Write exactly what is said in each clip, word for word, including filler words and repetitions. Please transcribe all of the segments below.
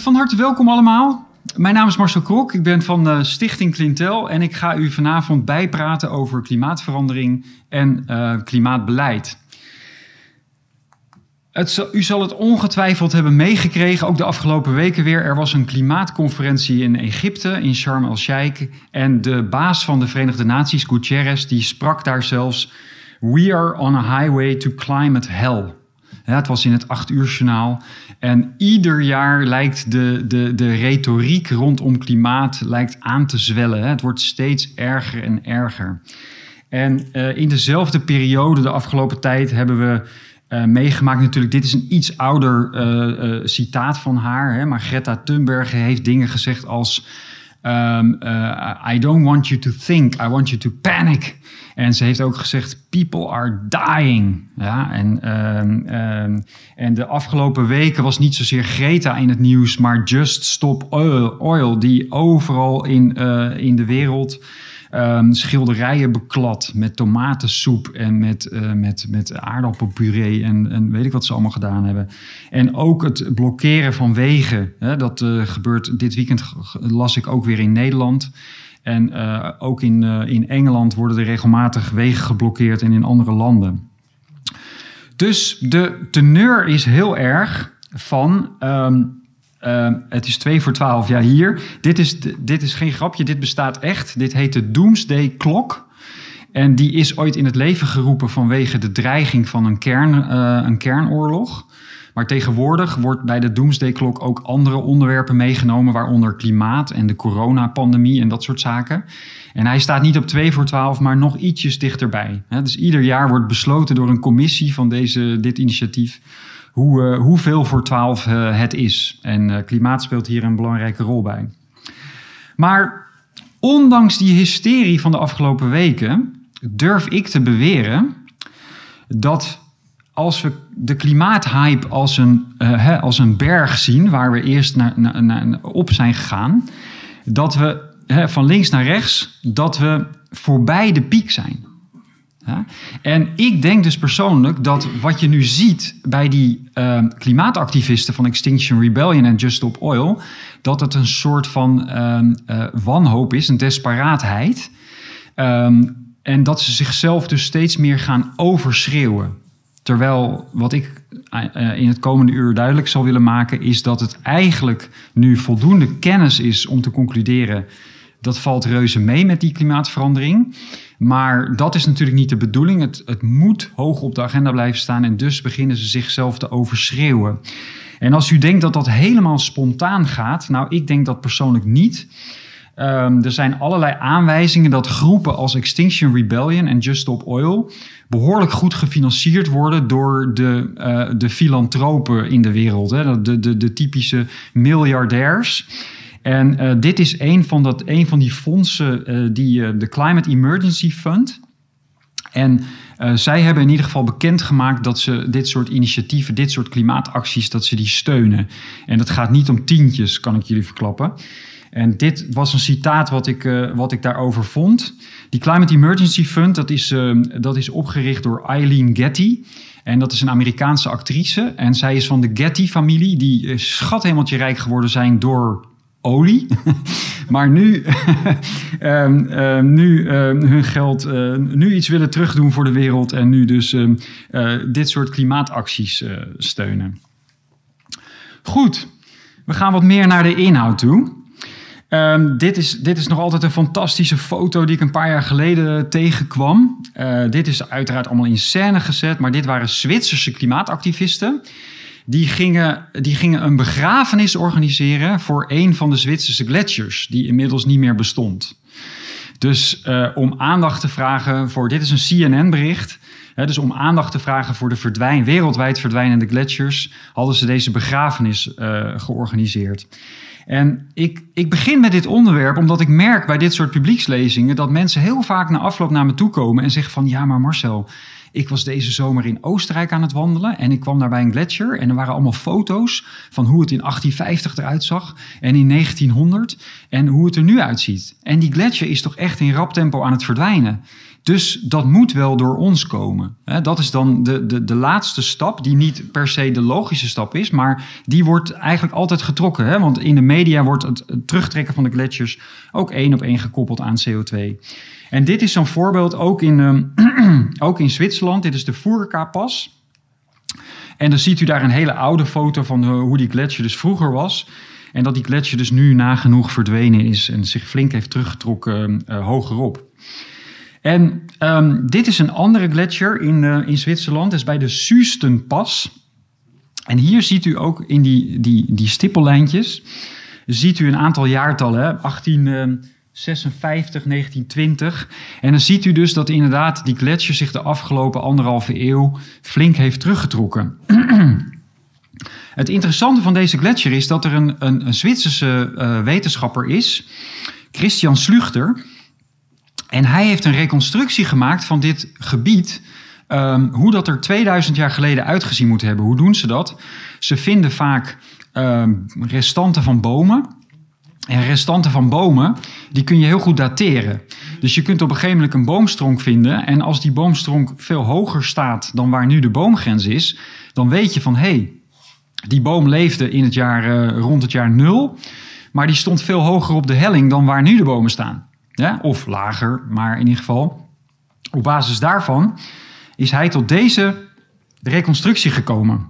van harte welkom allemaal. Mijn naam is Marcel Krok, ik ben van uh, Stichting Clintel en ik ga u vanavond bijpraten over klimaatverandering en uh, klimaatbeleid. Het, u zal het ongetwijfeld hebben meegekregen, ook de afgelopen weken weer. Er was een klimaatconferentie in Egypte, in Sharm el-Sheikh. En de baas van de Verenigde Naties, Guterres, die sprak daar zelfs: "We are on a highway to climate hell." Ja, het was in het acht uur journaal. En ieder jaar lijkt de, de, de retoriek rondom klimaat lijkt aan te zwellen. Hè. Het wordt steeds erger en erger. En uh, in dezelfde periode, de afgelopen tijd, hebben we uh, meegemaakt natuurlijk. Dit is een iets ouder uh, uh, citaat van haar. Hè, maar Greta Thunberg heeft dingen gezegd als: Um, uh, I don't want you to think, I want you to panic. En ze heeft ook gezegd: people are dying. Ja, en, um, um, en de afgelopen weken was niet zozeer Greta in het nieuws, maar Just Stop Oil, oil die overal in, uh, in de wereld um, schilderijen beklad met tomatensoep en met, uh, met, met aardappelpuree en, en weet ik wat ze allemaal gedaan hebben. En ook het blokkeren van wegen. Hè, dat uh, gebeurt dit weekend, las ik ook weer in Nederland. En uh, ook in, uh, in Engeland worden er regelmatig wegen geblokkeerd en in andere landen. Dus de teneur is heel erg van: Um, Uh, het is twee voor twaalf, ja hier. Dit is, dit is geen grapje, dit bestaat echt. Dit heet de Doomsday Clock. En die is ooit in het leven geroepen vanwege de dreiging van een, kern, uh, een kernoorlog. Maar tegenwoordig wordt bij de Doomsday Clock ook andere onderwerpen meegenomen, waaronder klimaat en de coronapandemie en dat soort zaken. En hij staat niet op twee voor twaalf, maar nog ietsjes dichterbij. He, dus ieder jaar wordt besloten door een commissie van deze, dit initiatief Hoe, uh, hoeveel voor twaalf uh, het is. En uh, klimaat speelt hier een belangrijke rol bij. Maar ondanks die hysterie van de afgelopen weken durf ik te beweren dat als we de klimaathype als een, uh, hè, als een berg zien, waar we eerst naar, naar, naar, op zijn gegaan, dat we hè, van links naar rechts, dat we voorbij de piek zijn. Ja? En ik denk dus persoonlijk dat wat je nu ziet bij die uh, klimaatactivisten van Extinction Rebellion en Just Stop Oil, dat het een soort van uh, uh, wanhoop is, een desperaatheid. Um, en dat ze zichzelf dus steeds meer gaan overschreeuwen. Terwijl wat ik uh, in het komende uur duidelijk zal willen maken, is dat het eigenlijk nu voldoende kennis is om te concluderen: dat valt reuze mee met die klimaatverandering. Maar dat is natuurlijk niet de bedoeling. Het, het moet hoog op de agenda blijven staan en dus beginnen ze zichzelf te overschreeuwen. En als u denkt dat dat helemaal spontaan gaat, nou, ik denk dat persoonlijk niet. Um, er zijn allerlei aanwijzingen dat groepen als Extinction Rebellion en Just Stop Oil behoorlijk goed gefinancierd worden door de, uh, de filantropen in de wereld. Hè? De, de, de typische miljardairs. En uh, dit is een van, dat, een van die fondsen, uh, die, uh, de Climate Emergency Fund. En uh, zij hebben in ieder geval bekendgemaakt dat ze dit soort initiatieven, dit soort klimaatacties, dat ze die steunen. En dat gaat niet om tientjes, kan ik jullie verklappen. En dit was een citaat wat ik, uh, wat ik daarover vond. Die Climate Emergency Fund, dat is, uh, dat is opgericht door Eileen Getty. En dat is een Amerikaanse actrice. En zij is van de Getty-familie, die uh, schathemeltje rijk geworden zijn door olie. Maar nu, um, um, nu um, hun geld, uh, nu iets willen terugdoen voor de wereld en nu dus um, uh, dit soort klimaatacties uh, steunen. Goed, we gaan wat meer naar de inhoud toe. Um, dit, is, dit is nog altijd een fantastische foto die ik een paar jaar geleden tegenkwam. Uh, dit is uiteraard allemaal in scène gezet, maar dit waren Zwitserse klimaatactivisten. Die gingen, die gingen een begrafenis organiseren voor een van de Zwitserse gletsjers, die inmiddels niet meer bestond. Dus uh, om aandacht te vragen voor, dit is een C N N-bericht, hè, dus om aandacht te vragen voor de verdwijn, wereldwijd verdwijnende gletsjers, hadden ze deze begrafenis uh, georganiseerd. En ik, ik begin met dit onderwerp omdat ik merk bij dit soort publiekslezingen dat mensen heel vaak na afloop naar me toe komen en zeggen van: ja, maar Marcel, ik was deze zomer in Oostenrijk aan het wandelen en ik kwam daar bij een gletsjer en er waren allemaal foto's van hoe het in achttien vijftig eruit zag en in negentienhonderd en hoe het er nu uitziet. En die gletsjer is toch echt in rap tempo aan het verdwijnen. Dus dat moet wel door ons komen. Dat is dan de, de, de laatste stap, die niet per se de logische stap is, maar die wordt eigenlijk altijd getrokken. Hè? Want in de media wordt het, het terugtrekken van de gletsjers ook één op één gekoppeld aan C O twee. En dit is zo'n voorbeeld ook in, um, ook in Zwitserland. Dit is de Furka-pas. En dan ziet u daar een hele oude foto van hoe die gletsjer dus vroeger was. En dat die gletsjer dus nu nagenoeg verdwenen is en zich flink heeft teruggetrokken uh, hogerop. En um, dit is een andere gletsjer in, uh, in Zwitserland. Dat is bij de Sustenpas. En hier ziet u ook in die, die, die stippellijntjes, ziet u een aantal jaartallen, hè? achttien zesenvijftig, negentien twintig. En dan ziet u dus dat inderdaad die gletsjer zich de afgelopen anderhalve eeuw flink heeft teruggetrokken. Het interessante van deze gletsjer is dat er een, een, een Zwitserse uh, wetenschapper is, Christian Slüchter. En hij heeft een reconstructie gemaakt van dit gebied, um, hoe dat er tweeduizend jaar geleden uitgezien moet hebben. Hoe doen ze dat? Ze vinden vaak um, restanten van bomen. En restanten van bomen, die kun je heel goed dateren. Dus je kunt op een gegeven moment een boomstronk vinden. En als die boomstronk veel hoger staat dan waar nu de boomgrens is, dan weet je van, hé, hey, die boom leefde in het jaar, uh, rond het jaar nul. Maar die stond veel hoger op de helling dan waar nu de bomen staan. Ja, of lager, maar in ieder geval. Op basis daarvan is hij tot deze reconstructie gekomen.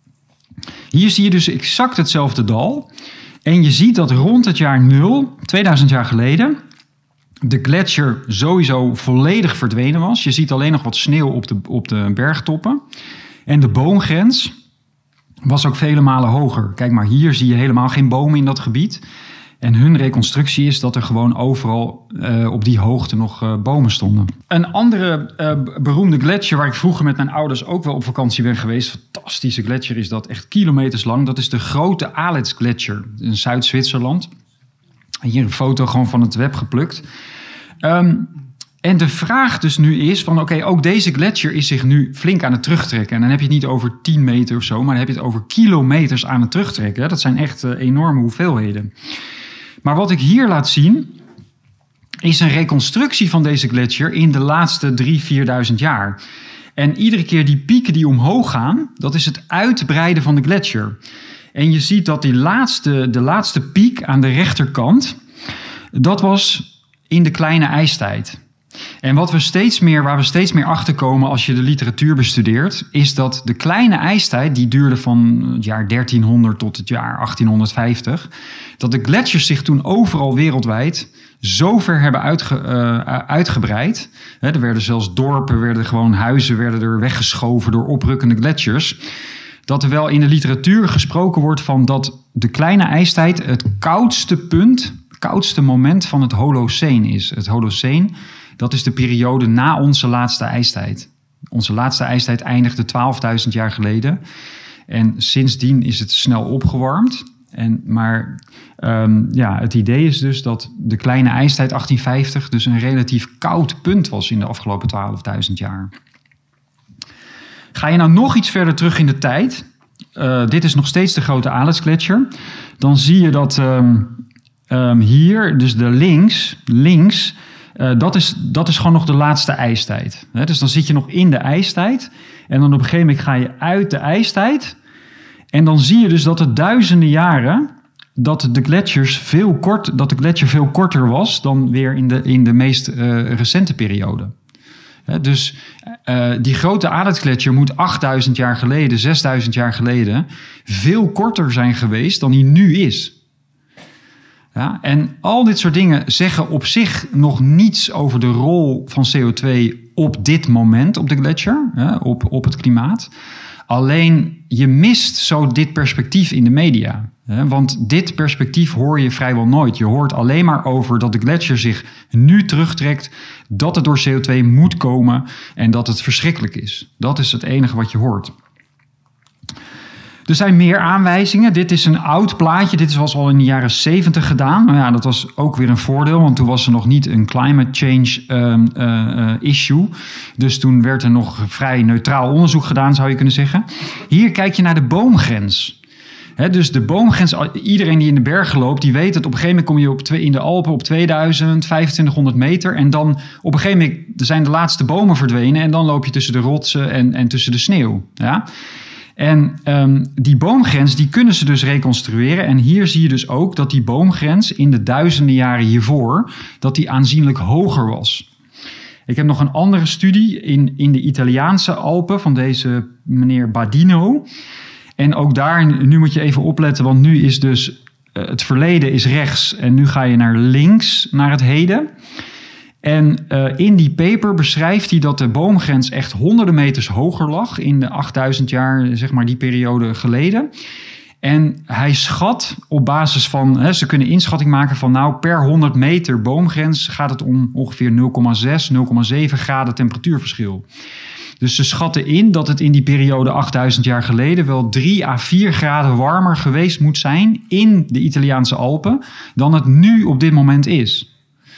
Hier zie je dus exact hetzelfde dal. En je ziet dat rond het jaar nul, tweeduizend jaar geleden, de gletsjer sowieso volledig verdwenen was. Je ziet alleen nog wat sneeuw op de, op de bergtoppen. En de boomgrens was ook vele malen hoger. Kijk maar, hier zie je helemaal geen bomen in dat gebied. En hun reconstructie is dat er gewoon overal uh, op die hoogte nog uh, bomen stonden. Een andere uh, beroemde gletsjer waar ik vroeger met mijn ouders ook wel op vakantie ben geweest. Fantastische gletsjer is dat, echt kilometers lang. Dat is de Grote Aletsgletsjer in Zuid-Zwitserland. Hier een foto gewoon van het web geplukt. Um, en de vraag dus nu is van oké, okay, ook deze gletsjer is zich nu flink aan het terugtrekken. En dan heb je het niet over tien meter of zo, maar dan heb je het over kilometers aan het terugtrekken. Dat zijn echt uh, enorme hoeveelheden. Maar wat ik hier laat zien, is een reconstructie van deze gletsjer in de laatste drieduizend, vierduizend jaar. En iedere keer die pieken die omhoog gaan, dat is het uitbreiden van de gletsjer. En je ziet dat die laatste, de laatste piek aan de rechterkant, dat was in de kleine ijstijd. En wat we steeds meer, waar we steeds meer achter komen als je de literatuur bestudeert, is dat de kleine ijstijd, die duurde van het jaar dertienhonderd tot het jaar achttienhonderdvijftig, dat de gletsjers zich toen overal wereldwijd zo ver hebben uitge, uh, uitgebreid. He, er werden zelfs dorpen, werden gewoon huizen werden er weggeschoven door oprukkende gletsjers. Dat er wel in de literatuur gesproken wordt van dat de kleine ijstijd het koudste punt, het koudste moment van het Holoceen is. Het Holoceen, dat is de periode na onze laatste ijstijd. Onze laatste ijstijd eindigde twaalfduizend jaar geleden. En sindsdien is het snel opgewarmd. En, maar um, ja, het idee is dus dat de kleine ijstijd achttienvijftig dus een relatief koud punt was in de afgelopen twaalfduizend jaar. Ga je nou nog iets verder terug in de tijd, uh, dit is nog steeds de Grote Aletsgletsjer, dan zie je dat um, um, hier, dus de links, links uh, dat, is, dat is gewoon nog de laatste ijstijd. He, dus dan zit je nog in de ijstijd en dan op een gegeven moment ga je uit de ijstijd. En dan zie je dus dat het duizenden jaren dat de gletsjers veel kort, dat de gletsjer veel korter was dan weer in de, in de meest uh, recente periode. He, dus uh, die Grote Aletsgletsjer moet achtduizend jaar geleden, zesduizend jaar geleden veel korter zijn geweest dan die nu is. Ja, en al dit soort dingen zeggen op zich nog niets over de rol van C O twee op dit moment op de gletsjer, hè, op, op het klimaat. Alleen je mist zo dit perspectief in de media. Hè, want dit perspectief hoor je vrijwel nooit. Je hoort alleen maar over dat de gletsjer zich nu terugtrekt, dat het door C O twee moet komen en dat het verschrikkelijk is. Dat is het enige wat je hoort. Er zijn meer aanwijzingen. Dit is een oud plaatje. Dit was al in de jaren zeventig gedaan. Nou ja, dat was ook weer een voordeel, want toen was er nog niet een climate change um, uh, issue. Dus toen werd er nog vrij neutraal onderzoek gedaan, zou je kunnen zeggen. Hier kijk je naar de boomgrens. He, dus de boomgrens, iedereen die in de bergen loopt, die weet dat op een gegeven moment kom je op twee, in de Alpen op tweeduizend, vijfentwintighonderd meter. En dan op een gegeven moment zijn de laatste bomen verdwenen en dan loop je tussen de rotsen en, en tussen de sneeuw. Ja? En um, die boomgrens, die kunnen ze dus reconstrueren. En hier zie je dus ook dat die boomgrens in de duizenden jaren hiervoor, dat die aanzienlijk hoger was. Ik heb nog een andere studie in, in de Italiaanse Alpen van deze meneer Badino. En ook daar, nu moet je even opletten, want nu is dus uh, het verleden is rechts en nu ga je naar links, naar het heden. En uh, in die paper beschrijft hij dat de boomgrens echt honderden meters hoger lag in de achtduizend jaar, zeg maar die periode geleden. En hij schat op basis van, hè, ze kunnen inschatting maken van nou per honderd meter boomgrens gaat het om ongeveer nul komma zes, nul komma zeven graden temperatuurverschil. Dus ze schatten in dat het in die periode achtduizend jaar geleden wel drie à vier graden warmer geweest moet zijn in de Italiaanse Alpen dan het nu op dit moment is.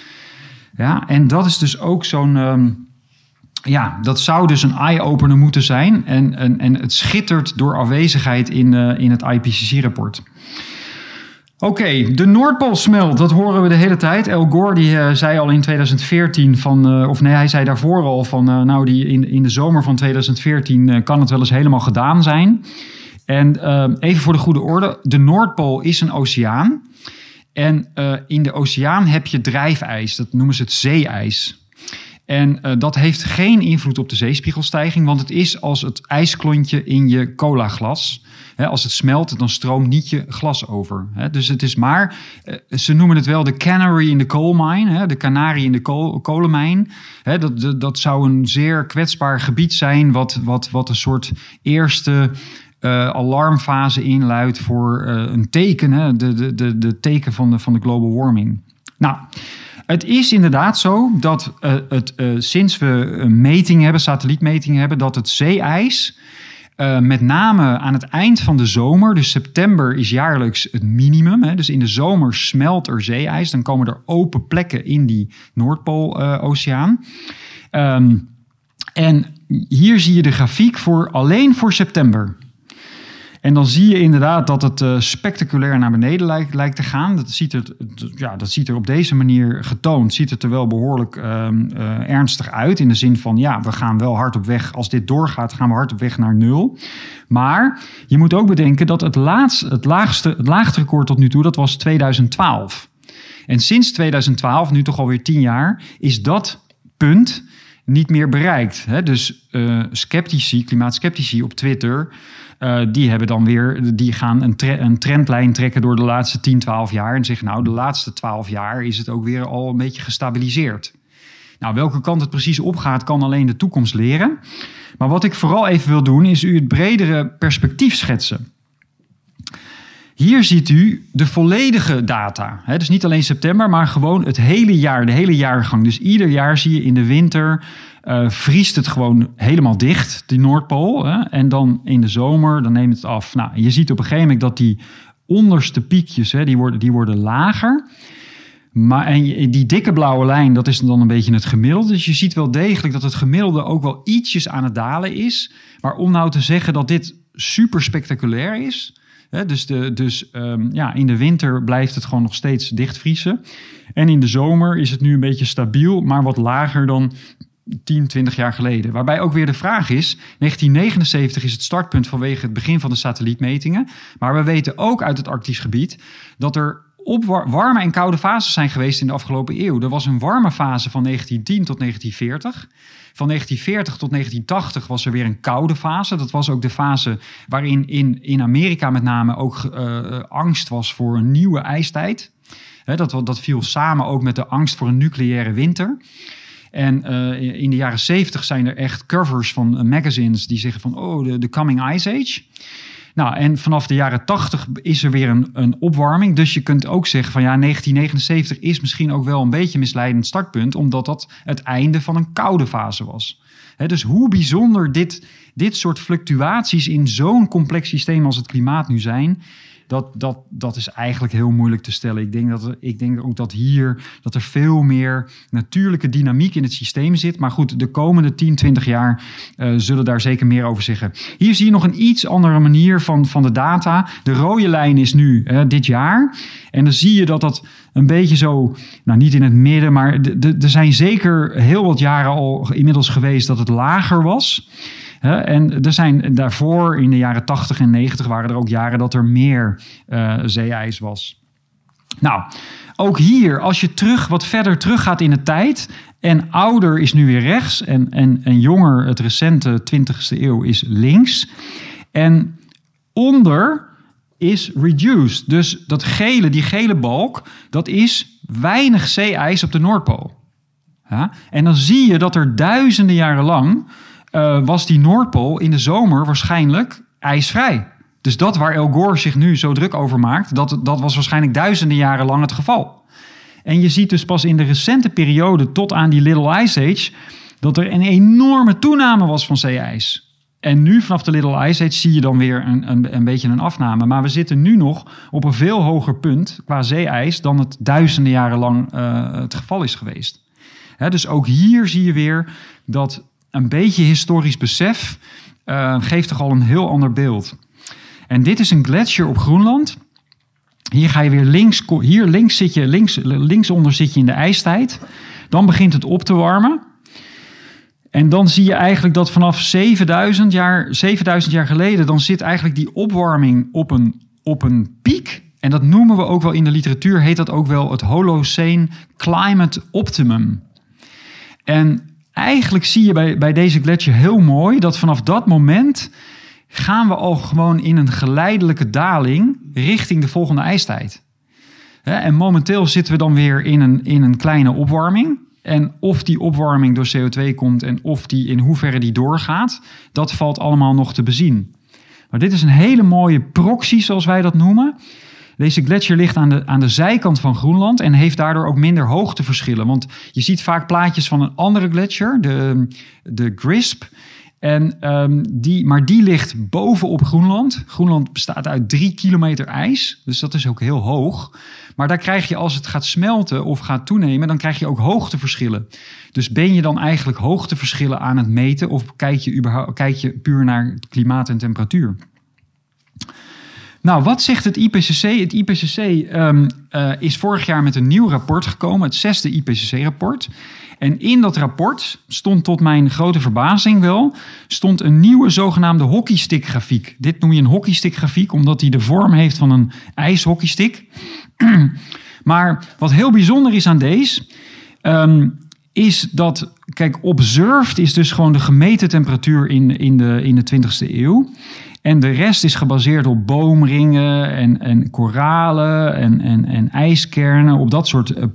Ja, en dat is dus ook zo'n, um, ja, dat zou dus een eye-opener moeten zijn. En, en, en het schittert door afwezigheid in, uh, in het I P C C-rapport. Oké, okay, de Noordpool smelt, dat horen we de hele tijd. Al Gore die, uh, zei al in tweeduizend veertien van, uh, of nee, hij zei daarvoor al van, uh, nou, die in, in de zomer van tweeduizend veertien uh, kan het wel eens helemaal gedaan zijn. En uh, even voor de goede orde, de Noordpool is een oceaan. En uh, in de oceaan heb je drijfijs, dat noemen ze het zeeijs. En uh, dat heeft geen invloed op de zeespiegelstijging, want het is als het ijsklontje in je colaglas. He, als het smelt, dan stroomt niet je glas over. He, dus het is maar, uh, ze noemen het wel de canary in the coal mine, he, de kanarie in de kool, kolenmijn. He, dat, dat, dat zou een zeer kwetsbaar gebied zijn, wat, wat, wat een soort eerste uh, alarmfase inluidt voor uh, een teken, hè, de, de, de, de teken van de, van de global warming. Nou, het is inderdaad zo dat uh, het, uh, sinds we een meting hebben, satellietmetingen hebben, dat het zeeijs Uh, met name aan het eind van de zomer, dus september is jaarlijks het minimum. Hè, dus in de zomer smelt er zeeijs. Dan komen er open plekken in die Noordpool-oceaan. Uh, um, en hier zie je de grafiek voor alleen voor september. En dan zie je inderdaad dat het uh, spectaculair naar beneden lijkt, lijkt te gaan. Dat ziet, er, ja, dat ziet er op deze manier getoond, ziet het er wel behoorlijk uh, uh, ernstig uit. In de zin van, ja, we gaan wel hard op weg. Als dit doorgaat, gaan we hard op weg naar nul. Maar je moet ook bedenken dat het, laatste, het, laagste, het laagste record tot nu toe, dat was tweeduizend twaalf. En sinds tweeduizend twaalf, nu toch alweer tien jaar, is dat punt niet meer bereikt. Hè? Dus uh, sceptici, klimaatskeptici op Twitter, Uh, die hebben dan weer, die gaan een, tre- een trendlijn trekken door de laatste tien, twaalf jaar en zeggen, nou, de laatste twaalf jaar is het ook weer al een beetje gestabiliseerd. Nou, welke kant het precies opgaat, kan alleen de toekomst leren. Maar wat ik vooral even wil doen, is u het bredere perspectief schetsen. Hier ziet u de volledige data. Hè? Dus niet alleen september, maar gewoon het hele jaar, de hele jaargang. Dus ieder jaar zie je in de winter Uh, vriest het gewoon helemaal dicht, die Noordpool. Hè? En dan in de zomer, dan neemt het af. Nou, je ziet op een gegeven moment dat die onderste piekjes, hè, die, worden, die worden lager. Maar en die dikke blauwe lijn, dat is dan een beetje het gemiddelde. Dus je ziet wel degelijk dat het gemiddelde ook wel ietsjes aan het dalen is. Maar om nou te zeggen dat dit super spectaculair is, hè, dus, de, dus um, ja, in de winter blijft het gewoon nog steeds dichtvriezen. En in de zomer is het nu een beetje stabiel, maar wat lager dan tien, twintig jaar geleden. Waarbij ook weer de vraag is, negentien negenenzeventig is het startpunt vanwege het begin van de satellietmetingen. Maar we weten ook uit het Arktisch gebied dat er op warme en koude fases zijn geweest in de afgelopen eeuw. Er was een warme fase van negentien tien tot negentien veertig. Van negentien veertig tot negentien tachtig was er weer een koude fase. Dat was ook de fase waarin in, in Amerika met name ook uh, angst was voor een nieuwe ijstijd. He, dat, dat viel samen ook met de angst voor een nucleaire winter. En uh, in de jaren zeventig zijn er echt covers van uh, magazines die zeggen van, oh, de, de coming ice age. Nou, en vanaf de jaren tachtig is er weer een, een opwarming. Dus je kunt ook zeggen van, ja, negentien negenenzeventig is misschien ook wel een beetje een misleidend startpunt, omdat dat het einde van een koude fase was. He, dus hoe bijzonder dit, dit soort fluctuaties in zo'n complex systeem als het klimaat nu zijn, dat, dat, dat is eigenlijk heel moeilijk te stellen. Ik denk, dat er, ik denk ook dat hier dat er veel meer natuurlijke dynamiek in het systeem zit. Maar goed, de komende tien, twintig jaar uh, zullen daar zeker meer over zeggen. Hier zie je nog een iets andere manier van, van de data. De rode lijn is nu uh, dit jaar. En dan zie je dat dat een beetje zo, nou niet in het midden, maar er zijn zeker heel wat jaren al inmiddels geweest dat het lager was. En er zijn daarvoor, in de jaren tachtig en negentig, waren er ook jaren dat er meer uh, zeeijs was. Nou, ook hier, als je terug wat verder terug gaat in de tijd, en ouder is nu weer rechts en, en, en jonger, het recente twintigste eeuw, is links. En onder is reduced. Dus dat gele, die gele balk, dat is weinig zeeijs op de Noordpool. Ja? En dan zie je dat er duizenden jaren lang uh, was die Noordpool in de zomer waarschijnlijk ijsvrij. Dus dat waar Al Gore zich nu zo druk over maakt, dat, dat was waarschijnlijk duizenden jaren lang het geval. En je ziet dus pas in de recente periode tot aan die Little Ice Age dat er een enorme toename was van zeeijs. En nu vanaf de Little Ice Age zie je dan weer een, een, een beetje een afname. Maar we zitten nu nog op een veel hoger punt qua zeeijs dan het duizenden jaren lang uh, het geval is geweest. Hè, dus ook hier zie je weer dat een beetje historisch besef uh, geeft toch al een heel ander beeld. En dit is een gletsjer op Groenland. Hier ga je weer links, hier links, zit je, links, linksonder zit je in de ijstijd. Dan begint het op te warmen. En dan zie je eigenlijk dat vanaf zevenduizend jaar, zevenduizend jaar geleden, dan zit eigenlijk die opwarming op een, op een piek. En dat noemen we ook wel in de literatuur, heet dat ook wel het Holocene Climate Optimum. En eigenlijk zie je bij, bij deze gletsjer heel mooi dat vanaf dat moment gaan we al gewoon in een geleidelijke daling richting de volgende ijstijd. En momenteel zitten we dan weer in een, in een kleine opwarming. En of die opwarming door C O twee komt en of die in hoeverre die doorgaat, dat valt allemaal nog te bezien. Maar dit is een hele mooie proxy, zoals wij dat noemen. Deze gletsjer ligt aan de, aan de zijkant van Groenland en heeft daardoor ook minder hoogteverschillen. Want je ziet vaak plaatjes van een andere gletsjer, de, de Grisp. En, um, die, maar die ligt bovenop Groenland. Groenland bestaat uit drie kilometer ijs, dus dat is ook heel hoog. Maar daar krijg je, als het gaat smelten of gaat toenemen, dan krijg je ook hoogteverschillen. Dus ben je dan eigenlijk hoogteverschillen aan het meten of kijk je, überhaupt, kijk je puur naar klimaat en temperatuur? Nou, wat zegt het I P C C? Het I P C C um, uh, is vorig jaar met een nieuw rapport gekomen, het zesde I P C C-rapport. En in dat rapport stond tot mijn grote verbazing wel, stond een nieuwe zogenaamde hockeystick-grafiek. Dit noem je een hockeystick-grafiek omdat die de vorm heeft van een ijshockeystick. Maar wat heel bijzonder is aan deze, um, is dat, kijk, observed is dus gewoon de gemeten temperatuur in, in, de, in de twintigste eeuw. En de rest is gebaseerd op boomringen en, en koralen en, en, en ijskernen, op dat soort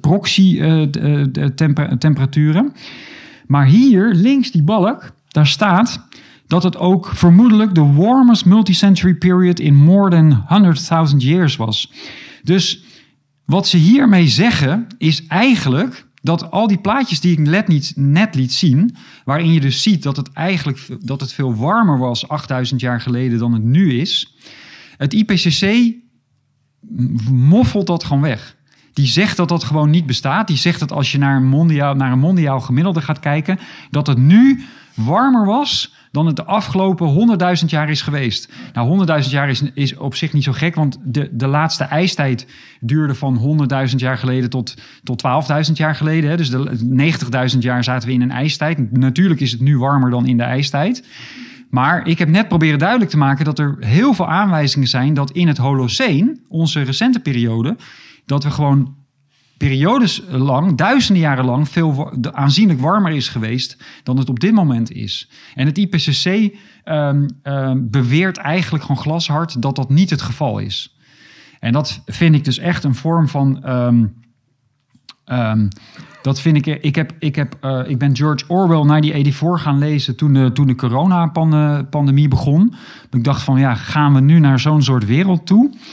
proxy-temperaturen. Uh, maar hier, links die balk, daar staat dat het ook vermoedelijk de warmest multicentury period in more than honderd thousand years was. Dus wat ze hiermee zeggen is eigenlijk dat al die plaatjes die ik net, niet, net liet zien, waarin je dus ziet dat het eigenlijk dat het veel warmer was achtduizend jaar geleden dan het nu is, het I P C C moffelt dat gewoon weg. Die zegt dat dat gewoon niet bestaat. Die zegt dat als je naar een mondiaal, naar een mondiaal gemiddelde gaat kijken, dat het nu warmer was dan het de afgelopen honderdduizend jaar is geweest. Nou, honderdduizend jaar is, is op zich niet zo gek, want de, de laatste ijstijd duurde van honderdduizend jaar geleden tot, tot twaalfduizend jaar geleden. Hè. Dus de negentigduizend jaar zaten we in een ijstijd. Natuurlijk is het nu warmer dan in de ijstijd. Maar ik heb net proberen duidelijk te maken dat er heel veel aanwijzingen zijn dat in het Holocene, onze recente periode, dat we gewoon periodes lang, duizenden jaren lang, veel aanzienlijk warmer is geweest dan het op dit moment is. En het I P C C um, um, beweert eigenlijk gewoon glashard dat dat niet het geval is. En dat vind ik dus echt een vorm van Um, um, dat vind ik. Ik, heb, ik, heb, uh, ik ben George Orwell negentien vierennegentig gaan lezen toen de, toen de coronapandemie begon. Ik dacht van, ja, gaan we nu naar zo'n soort wereld toe?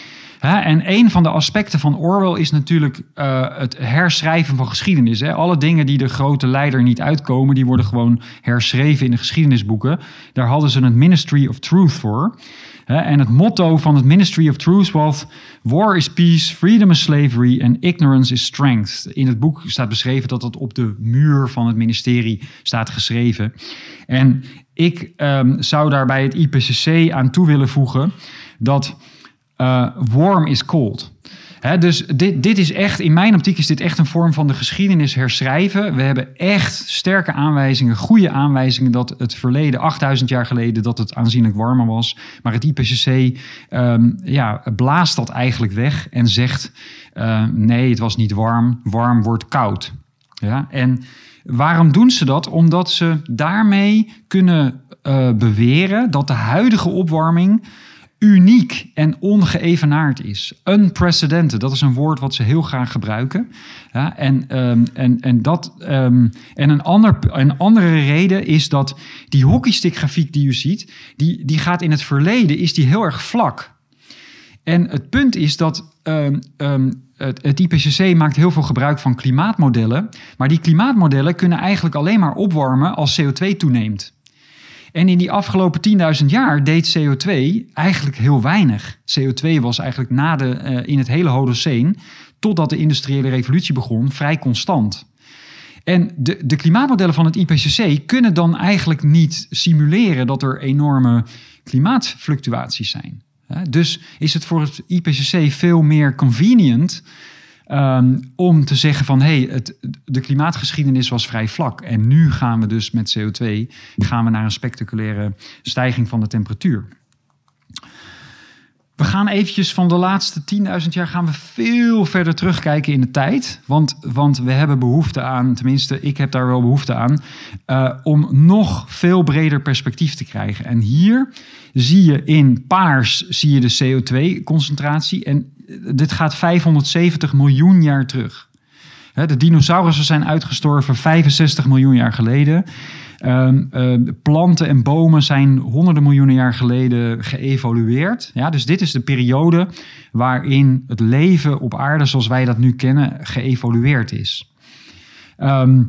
Hè? En een van de aspecten van Orwell is natuurlijk uh, het herschrijven van geschiedenis. Hè? Alle dingen die de grote leider niet uitkomen, die worden gewoon herschreven in de geschiedenisboeken. Daar hadden ze het Ministry of Truth voor. Hè? En het motto van het Ministry of Truth was: War is peace, freedom is slavery and ignorance is strength. In het boek staat beschreven dat het op de muur van het ministerie staat geschreven. En ik um, zou daar bij het I P C C aan toe willen voegen dat uh, warm is cold. He, dus dit, dit is echt, in mijn optiek is dit echt een vorm van de geschiedenis herschrijven. We hebben echt sterke aanwijzingen, goede aanwijzingen dat het verleden, achtduizend jaar geleden, dat het aanzienlijk warmer was. Maar het I P C C um, ja, blaast dat eigenlijk weg en zegt uh, nee, het was niet warm, warm wordt koud. Ja, en waarom doen ze dat? Omdat ze daarmee kunnen uh, beweren dat de huidige opwarming uniek en ongeëvenaard is. Unprecedented, dat is een woord wat ze heel graag gebruiken. Ja, en, um, en, en, dat, um, en een, ander, een andere reden is dat die hockeystickgrafiek die u ziet, die, die gaat in het verleden, is die heel erg vlak. En het punt is dat um, um, het, het I P C C maakt heel veel gebruik van klimaatmodellen, maar die klimaatmodellen kunnen eigenlijk alleen maar opwarmen als C O twee toeneemt. En in die afgelopen tienduizend jaar deed C O twee eigenlijk heel weinig. C O twee was eigenlijk na de, uh, in het hele Holoceen, totdat de industriële revolutie begon, vrij constant. En de, de klimaatmodellen van het I P C C kunnen dan eigenlijk niet simuleren dat er enorme klimaatfluctuaties zijn. Dus is het voor het I P C C veel meer convenient Um, om te zeggen van hé, hey, de klimaatgeschiedenis was vrij vlak. En nu gaan we dus met C O twee gaan we naar een spectaculaire stijging van de temperatuur. We gaan eventjes van de laatste tienduizend jaar gaan we veel verder terugkijken in de tijd. Want, want we hebben behoefte aan, tenminste ik heb daar wel behoefte aan, uh, om nog veel breder perspectief te krijgen. En hier zie je in paars zie je de C O twee concentratie en dit gaat vijfhonderdzeventig miljoen jaar terug. De dinosaurussen zijn uitgestorven vijfenzestig miljoen jaar geleden. Uh, uh, planten en bomen zijn honderden miljoenen jaar geleden geëvolueerd. Ja, dus dit is de periode waarin het leven op aarde zoals wij dat nu kennen geëvolueerd is. Um,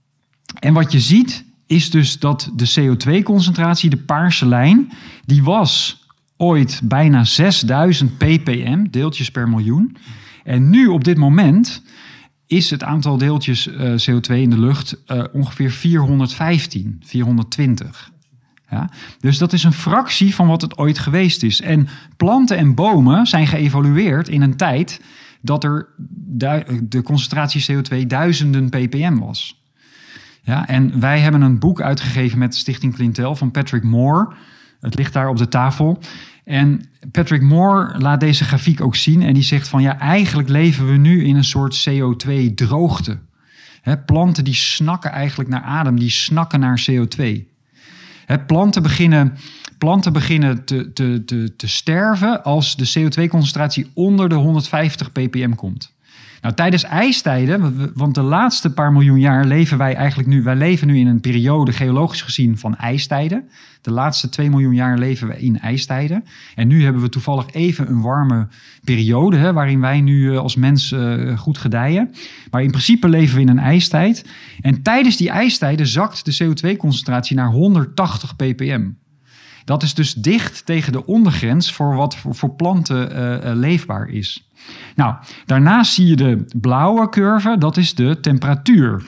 en wat je ziet is dus dat de C O twee concentratie, de paarse lijn, die was ooit bijna zesduizend ppm, deeltjes per miljoen. En nu op dit moment is het aantal deeltjes uh, C O twee in de lucht uh, ongeveer vierhonderdvijftien, vierhonderdtwintig. Ja? Dus dat is een fractie van wat het ooit geweest is. En planten en bomen zijn geëvolueerd in een tijd dat er du- de concentratie C O twee duizenden ppm was. Ja? En wij hebben een boek uitgegeven met Stichting Clintel van Patrick Moore. Het ligt daar op de tafel. En Patrick Moore laat deze grafiek ook zien. En die zegt van ja, eigenlijk leven we nu in een soort C O twee droogte. He, planten die snakken eigenlijk naar adem. Die snakken naar C O twee. He, planten beginnen, planten beginnen te, te, te, te sterven als de C O twee concentratie onder de honderdvijftig ppm komt. Nou, tijdens ijstijden, want de laatste paar miljoen jaar leven wij eigenlijk nu... wij leven nu in een periode, geologisch gezien, van ijstijden. De laatste twee miljoen jaar leven we in ijstijden. En nu hebben we toevallig even een warme periode, hè, waarin wij nu als mens uh, goed gedijen. Maar in principe leven we in een ijstijd. En tijdens die ijstijden zakt de C O twee concentratie naar honderdtachtig ppm. Dat is dus dicht tegen de ondergrens voor wat voor, voor planten uh, uh, leefbaar is. Nou, daarnaast zie je de blauwe curve, dat is de temperatuur.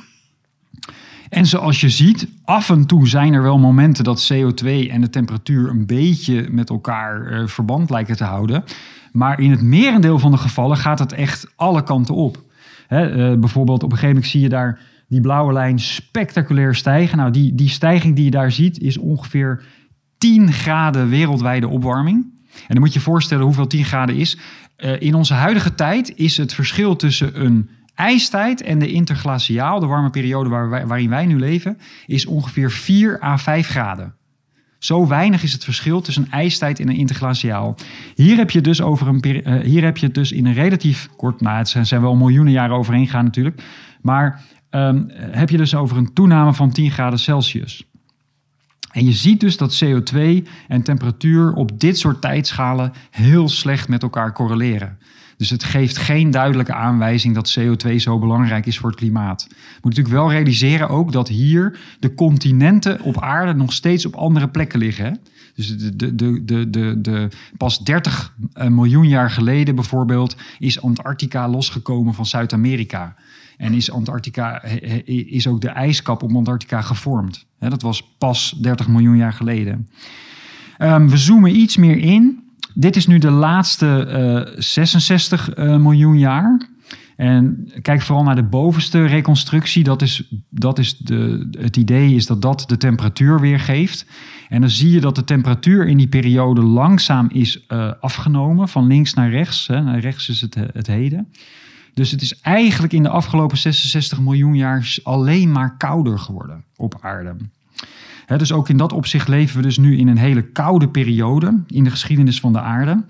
En zoals je ziet, af en toe zijn er wel momenten dat C O twee en de temperatuur een beetje met elkaar uh, verband lijken te houden. Maar in het merendeel van de gevallen gaat het echt alle kanten op. Hè, uh, bijvoorbeeld op een gegeven moment zie je daar die blauwe lijn spectaculair stijgen. Nou, die, die stijging die je daar ziet is ongeveer tien graden wereldwijde opwarming. En dan moet je je voorstellen hoeveel tien graden is. Uh, in onze huidige tijd is het verschil tussen een ijstijd en de interglaciaal, de warme periode waar wij, waarin wij nu leven, is ongeveer vier à vijf graden. Zo weinig is het verschil tussen een ijstijd en een interglaciaal. Hier heb je dus over een uh, hier heb je het dus in een relatief kort, nou het zijn, zijn wel miljoenen jaren overheen gaan natuurlijk, maar um, heb je dus over een toename van tien graden Celsius. En je ziet dus dat C O twee en temperatuur op dit soort tijdschalen heel slecht met elkaar correleren. Dus het geeft geen duidelijke aanwijzing dat C O twee zo belangrijk is voor het klimaat. Je moet natuurlijk wel realiseren ook dat hier de continenten op aarde nog steeds op andere plekken liggen. Hè? Dus de, de, de, de, de, de, pas dertig miljoen jaar geleden bijvoorbeeld is Antarctica losgekomen van Zuid-Amerika. En is, Antarctica, is ook de ijskap op Antarctica gevormd. Hè? Dat was pas dertig miljoen jaar geleden. Um, we zoomen iets meer in. Dit is nu de laatste uh, zesenzestig uh, miljoen jaar. En kijk vooral naar de bovenste reconstructie. Dat is, dat is de, het idee is dat dat de temperatuur weergeeft. En dan zie je dat de temperatuur in die periode langzaam is uh, afgenomen. Van links naar rechts. Hè. Naar rechts is het, het heden. Dus het is eigenlijk in de afgelopen zesenzestig miljoen jaar alleen maar kouder geworden op aarde. He, dus ook in dat opzicht leven we dus nu in een hele koude periode in de geschiedenis van de aarde.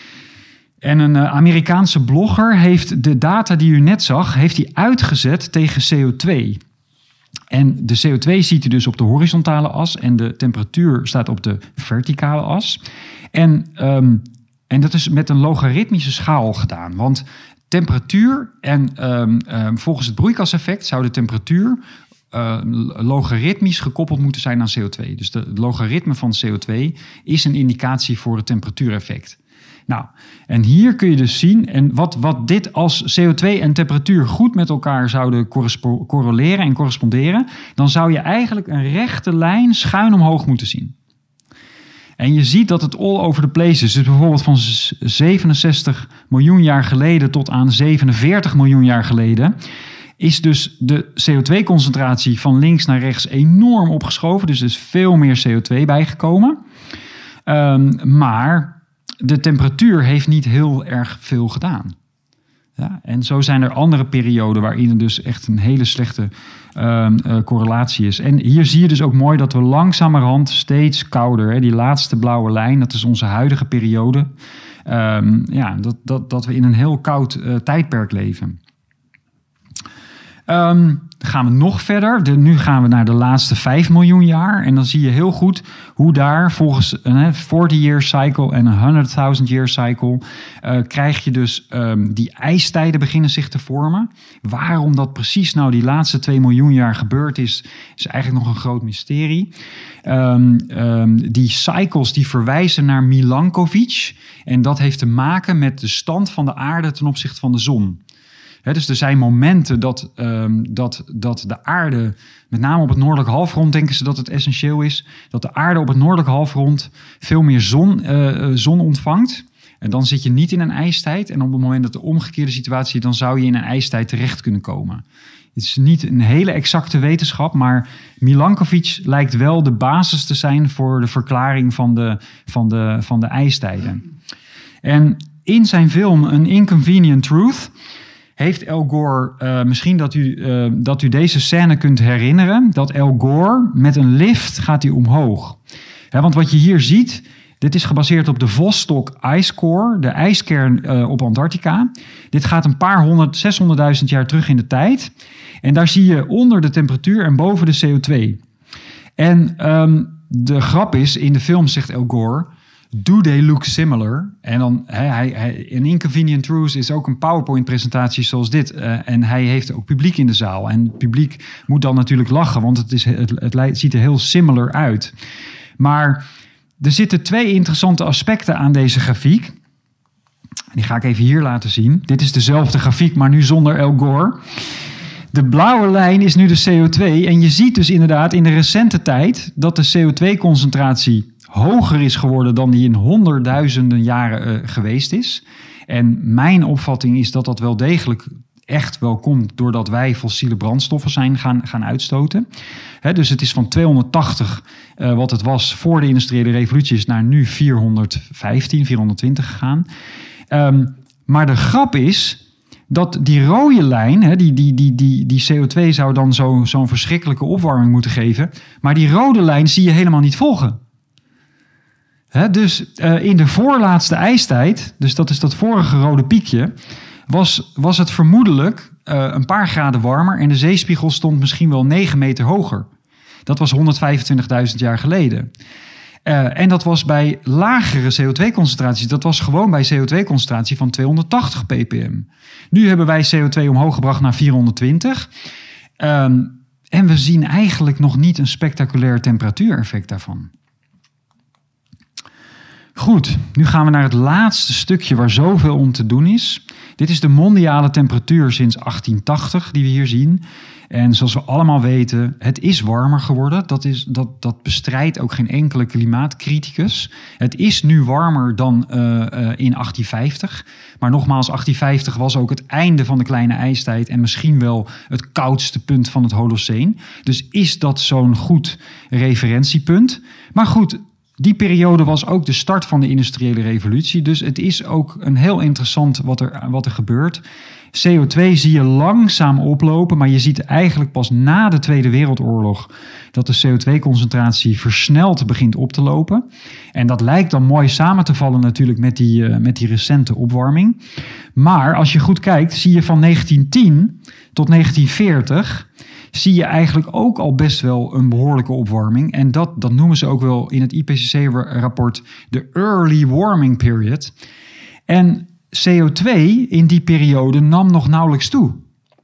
En een uh, Amerikaanse blogger heeft de data die u net zag, heeft hij uitgezet tegen C O twee. En de C O twee ziet u dus op de horizontale as en de temperatuur staat op de verticale as. En, um, en dat is met een logaritmische schaal gedaan, want temperatuur en um, um, volgens het broeikaseffect zou de temperatuur Uh, logaritmisch gekoppeld moeten zijn aan C O twee. Dus de, het logaritme van C O twee is een indicatie voor het temperatuureffect. Nou, en hier kun je dus zien, en wat, wat dit als C O twee en temperatuur goed met elkaar zouden correspo- correleren en corresponderen, dan zou je eigenlijk een rechte lijn schuin omhoog moeten zien. En je ziet dat het all over the place is. Dus bijvoorbeeld van zevenenzestig miljoen jaar geleden tot aan zevenenveertig miljoen jaar geleden is dus de C O twee concentratie van links naar rechts enorm opgeschoven. Dus er is veel meer C O twee bijgekomen. Um, maar de temperatuur heeft niet heel erg veel gedaan. Ja, en zo zijn er andere perioden waarin er dus echt een hele slechte um, uh, correlatie is. En hier zie je dus ook mooi dat we langzamerhand steeds kouder, hè, die laatste blauwe lijn, dat is onze huidige periode. Um, ja, dat, dat, dat we in een heel koud uh, tijdperk leven. Um, dan gaan we nog verder. De, nu gaan we naar de laatste vijf miljoen jaar. En dan zie je heel goed hoe daar volgens een forty year cycle en een honderd thousand year cycle Uh, krijg je dus um, die ijstijden beginnen zich te vormen. Waarom dat precies nou die laatste twee miljoen jaar gebeurd is, is eigenlijk nog een groot mysterie. Um, um, die cycles die verwijzen naar Milankovitch. En dat heeft te maken met de stand van de aarde ten opzichte van de zon. He, dus er zijn momenten dat, um, dat, dat de aarde, met name op het noordelijk halfrond denken ze dat het essentieel is, dat de aarde op het noordelijk halfrond veel meer zon, uh, zon ontvangt. En dan zit je niet in een ijstijd. En op het moment dat de omgekeerde situatie is, dan zou je in een ijstijd terecht kunnen komen. Het is niet een hele exacte wetenschap, maar Milankovitch lijkt wel de basis te zijn voor de verklaring van de, van de, van de ijstijden. En in zijn film An Inconvenient Truth heeft Al Gore, uh, misschien dat u, uh, dat u deze scène kunt herinneren, dat Al Gore met een lift gaat hij omhoog. He, want wat je hier ziet, dit is gebaseerd op de Vostok Ice Core, de ijskern uh, op Antarctica. Dit gaat een paar honderd, zeshonderdduizend jaar terug in de tijd. En daar zie je onder de temperatuur en boven de C O twee. En um, de grap is, in de film zegt Al Gore, do they look similar? En dan, hij, hij, hij, een Inconvenient Truth is ook een PowerPoint-presentatie zoals dit. Uh, en hij heeft ook publiek in de zaal. En het publiek moet dan natuurlijk lachen, want het, is, het, het ziet er heel similar uit. Maar er zitten twee interessante aspecten aan deze grafiek. Die ga ik even hier laten zien. Dit is dezelfde grafiek, maar nu zonder Al Gore. De blauwe lijn is nu de C O twee. En je ziet dus inderdaad in de recente tijd dat de C O twee concentratie hoger is geworden dan die in honderdduizenden jaren uh, geweest is. En mijn opvatting is dat dat wel degelijk echt wel komt doordat wij fossiele brandstoffen zijn gaan, gaan uitstoten. He, dus het is van tweehonderdtachtig, uh, wat het was voor de industriële revolutie, is naar nu vierhonderdvijftien, vierhonderdtwintig gegaan. Um, maar de grap is dat die rode lijn, he, die, die, die, die, die C O twee zou dan zo, zo'n verschrikkelijke opwarming moeten geven, maar die rode lijn zie je helemaal niet volgen. He, dus uh, in de voorlaatste ijstijd, dus dat is dat vorige rode piekje, was, was het vermoedelijk uh, een paar graden warmer en de zeespiegel stond misschien wel negen meter hoger. Dat was honderdvijfentwintigduizend jaar geleden. Uh, en dat was bij lagere C O twee concentraties. Dat was gewoon bij C O twee concentratie van tweehonderdtachtig ppm. Nu hebben wij C O twee omhoog gebracht naar vierhonderdtwintig. Um, en we zien eigenlijk nog niet een spectaculair temperatuureffect daarvan. Goed, nu gaan we naar het laatste stukje waar zoveel om te doen is. Dit is de mondiale temperatuur sinds achttien tachtig die we hier zien. En zoals we allemaal weten, het is warmer geworden. Dat, is, dat, dat bestrijdt ook geen enkele klimaatcriticus. Het is nu warmer dan uh, uh, in achttien vijftig. Maar nogmaals, achttien vijftig was ook het einde van de kleine ijstijd en misschien wel het koudste punt van het Holoceen. Dus is dat zo'n goed referentiepunt? Maar goed, die periode was ook de start van de industriële revolutie. Dus het is ook een heel interessant wat er, wat er gebeurt. C O twee zie je langzaam oplopen, maar je ziet eigenlijk pas na de Tweede Wereldoorlog dat de C O twee concentratie versneld begint op te lopen. En dat lijkt dan mooi samen te vallen natuurlijk met die, uh, met die recente opwarming. Maar als je goed kijkt, zie je van negentien tien tot negentien veertig... zie je eigenlijk ook al best wel een behoorlijke opwarming. En dat, dat noemen ze ook wel in het I P C C-rapport de early warming period. En C O twee in die periode nam nog nauwelijks toe.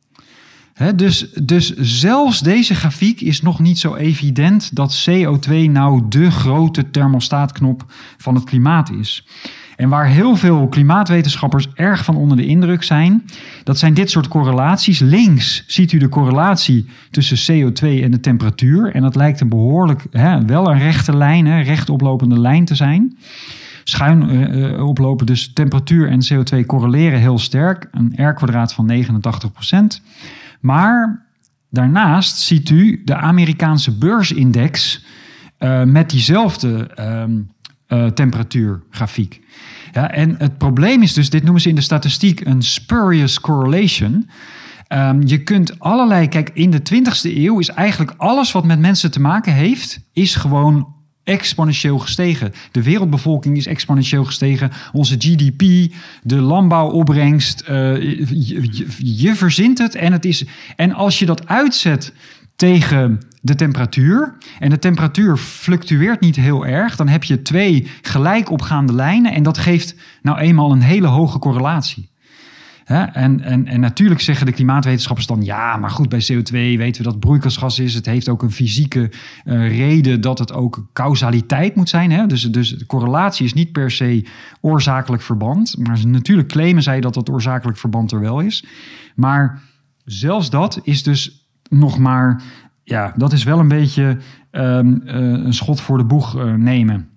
He, dus, dus zelfs deze grafiek is nog niet zo evident dat C O twee nou de grote thermostaatknop van het klimaat is. En waar heel veel klimaatwetenschappers erg van onder de indruk zijn, dat zijn dit soort correlaties. Links ziet u de correlatie tussen C O twee en de temperatuur. En dat lijkt een behoorlijk, hè, wel een rechte lijn, hè, rechtoplopende lijn te zijn. Schuin uh, oplopen, dus temperatuur en C O twee correleren heel sterk. Een R-kwadraat van negenentachtig procent. Maar daarnaast ziet u de Amerikaanse beursindex uh, met diezelfde um, uh, temperatuurgrafiek. Ja, en het probleem is dus, dit noemen ze in de statistiek een spurious correlation. Um, je kunt allerlei, kijk, in de twintigste eeuw is eigenlijk alles wat met mensen te maken heeft, is gewoon exponentieel gestegen. De wereldbevolking is exponentieel gestegen. Onze G D P, de landbouwopbrengst. Uh, je, je, je verzint het en het is. En als je dat uitzet tegen de temperatuur, en de temperatuur fluctueert niet heel erg, dan heb je twee gelijk opgaande lijnen en dat geeft nou eenmaal een hele hoge correlatie. He, en, en, en natuurlijk zeggen de klimaatwetenschappers dan, ja, maar goed, bij C O twee weten we dat het broeikasgas is. Het heeft ook een fysieke uh, reden dat het ook causaliteit moet zijn. Hè? Dus, dus de correlatie is niet per se oorzakelijk verband. Maar natuurlijk claimen zij dat dat oorzakelijk verband er wel is. Maar zelfs dat is dus nog maar, ja, dat is wel een beetje um, uh, een schot voor de boeg uh, nemen.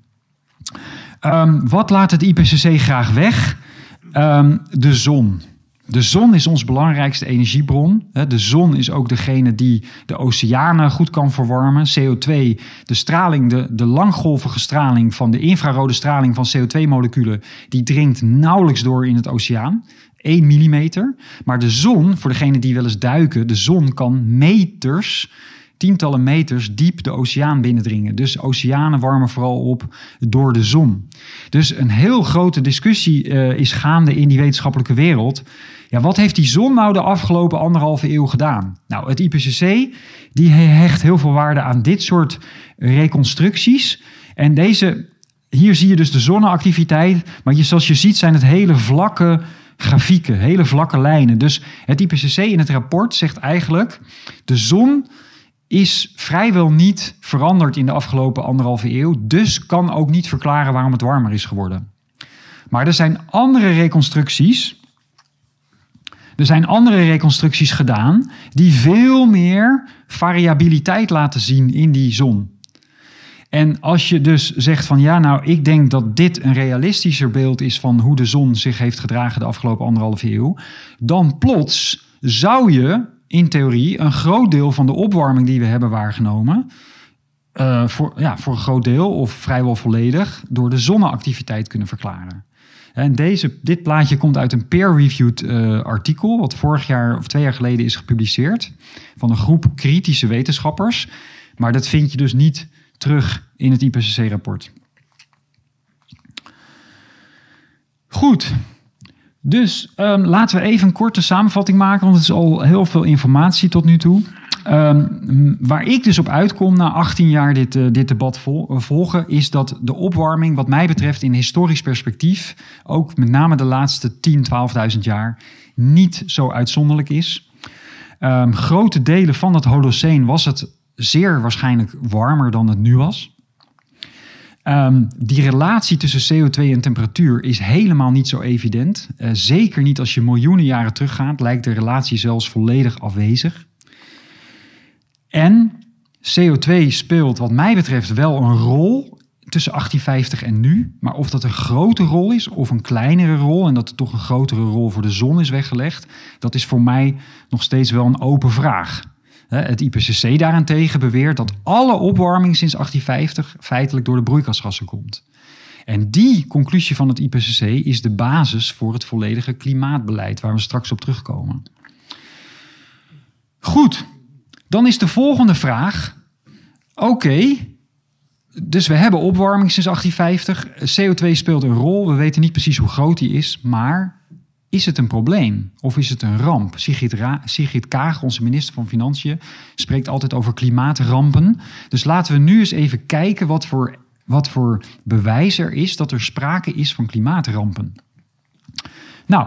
Um, wat laat het I P C C graag weg? Um, de zon. De zon is ons belangrijkste energiebron. De zon is ook degene die de oceanen goed kan verwarmen. C O twee, de straling, de, de langgolvige straling van de infrarode straling van C O twee moleculen, die dringt nauwelijks door in het oceaan. één millimeter. Maar de zon, voor degene die wel eens duiken, de zon kan meters, tientallen meters diep de oceaan binnendringen. Dus oceanen warmen vooral op door de zon. Dus een heel grote discussie uh, is gaande in die wetenschappelijke wereld. Ja, wat heeft die zon nou de afgelopen anderhalve eeuw gedaan? Nou, het I P C C die hecht heel veel waarde aan dit soort reconstructies. En deze, hier zie je dus de zonneactiviteit. Maar je, zoals je ziet zijn het hele vlakke grafieken, hele vlakke lijnen. Dus het I P C C in het rapport zegt eigenlijk, de zon is vrijwel niet veranderd in de afgelopen anderhalve eeuw. Dus kan ook niet verklaren waarom het warmer is geworden. Maar er zijn andere reconstructies. Er zijn andere reconstructies gedaan die veel meer variabiliteit laten zien in die zon. En als je dus zegt van ja, nou, ik denk dat dit een realistischer beeld is van hoe de zon zich heeft gedragen de afgelopen anderhalve eeuw, dan plots zou je in theorie een groot deel van de opwarming die we hebben waargenomen, uh, voor, ja, voor een groot deel of vrijwel volledig door de zonneactiviteit kunnen verklaren. En deze, dit plaatje komt uit een peer-reviewed uh, artikel, wat vorig jaar of twee jaar geleden is gepubliceerd, van een groep kritische wetenschappers. Maar dat vind je dus niet terug in het I P C C-rapport. Goed. Dus um, laten we even een korte samenvatting maken, want het is al heel veel informatie tot nu toe. Um, waar ik dus op uitkom na achttien jaar dit, uh, dit debat vol, uh, volgen, is dat de opwarming wat mij betreft in historisch perspectief, ook met name de laatste tien, twaalfduizend jaar, niet zo uitzonderlijk is. Um, grote delen van het Holoceen was het zeer waarschijnlijk warmer dan het nu was. Um, die relatie tussen C O twee en temperatuur is helemaal niet zo evident. Uh, zeker niet als je miljoenen jaren teruggaat, lijkt de relatie zelfs volledig afwezig. En C O twee speelt wat mij betreft wel een rol tussen achttienvijftig en nu. Maar of dat een grote rol is of een kleinere rol, en dat er toch een grotere rol voor de zon is weggelegd, dat is voor mij nog steeds wel een open vraag. Het I P C C daarentegen beweert dat alle opwarming sinds achttienvijftig feitelijk door de broeikasgassen komt. En die conclusie van het I P C C is de basis voor het volledige klimaatbeleid, waar we straks op terugkomen. Goed, dan is de volgende vraag. Oké, okay, dus we hebben opwarming sinds achttienvijftig. C O twee speelt een rol, we weten niet precies hoe groot die is, maar is het een probleem of is het een ramp? Sigrid, Ra- Sigrid Kaag, onze minister van Financiën, spreekt altijd over klimaatrampen. Dus laten we nu eens even kijken wat voor, wat voor bewijs er is dat er sprake is van klimaatrampen. Nou,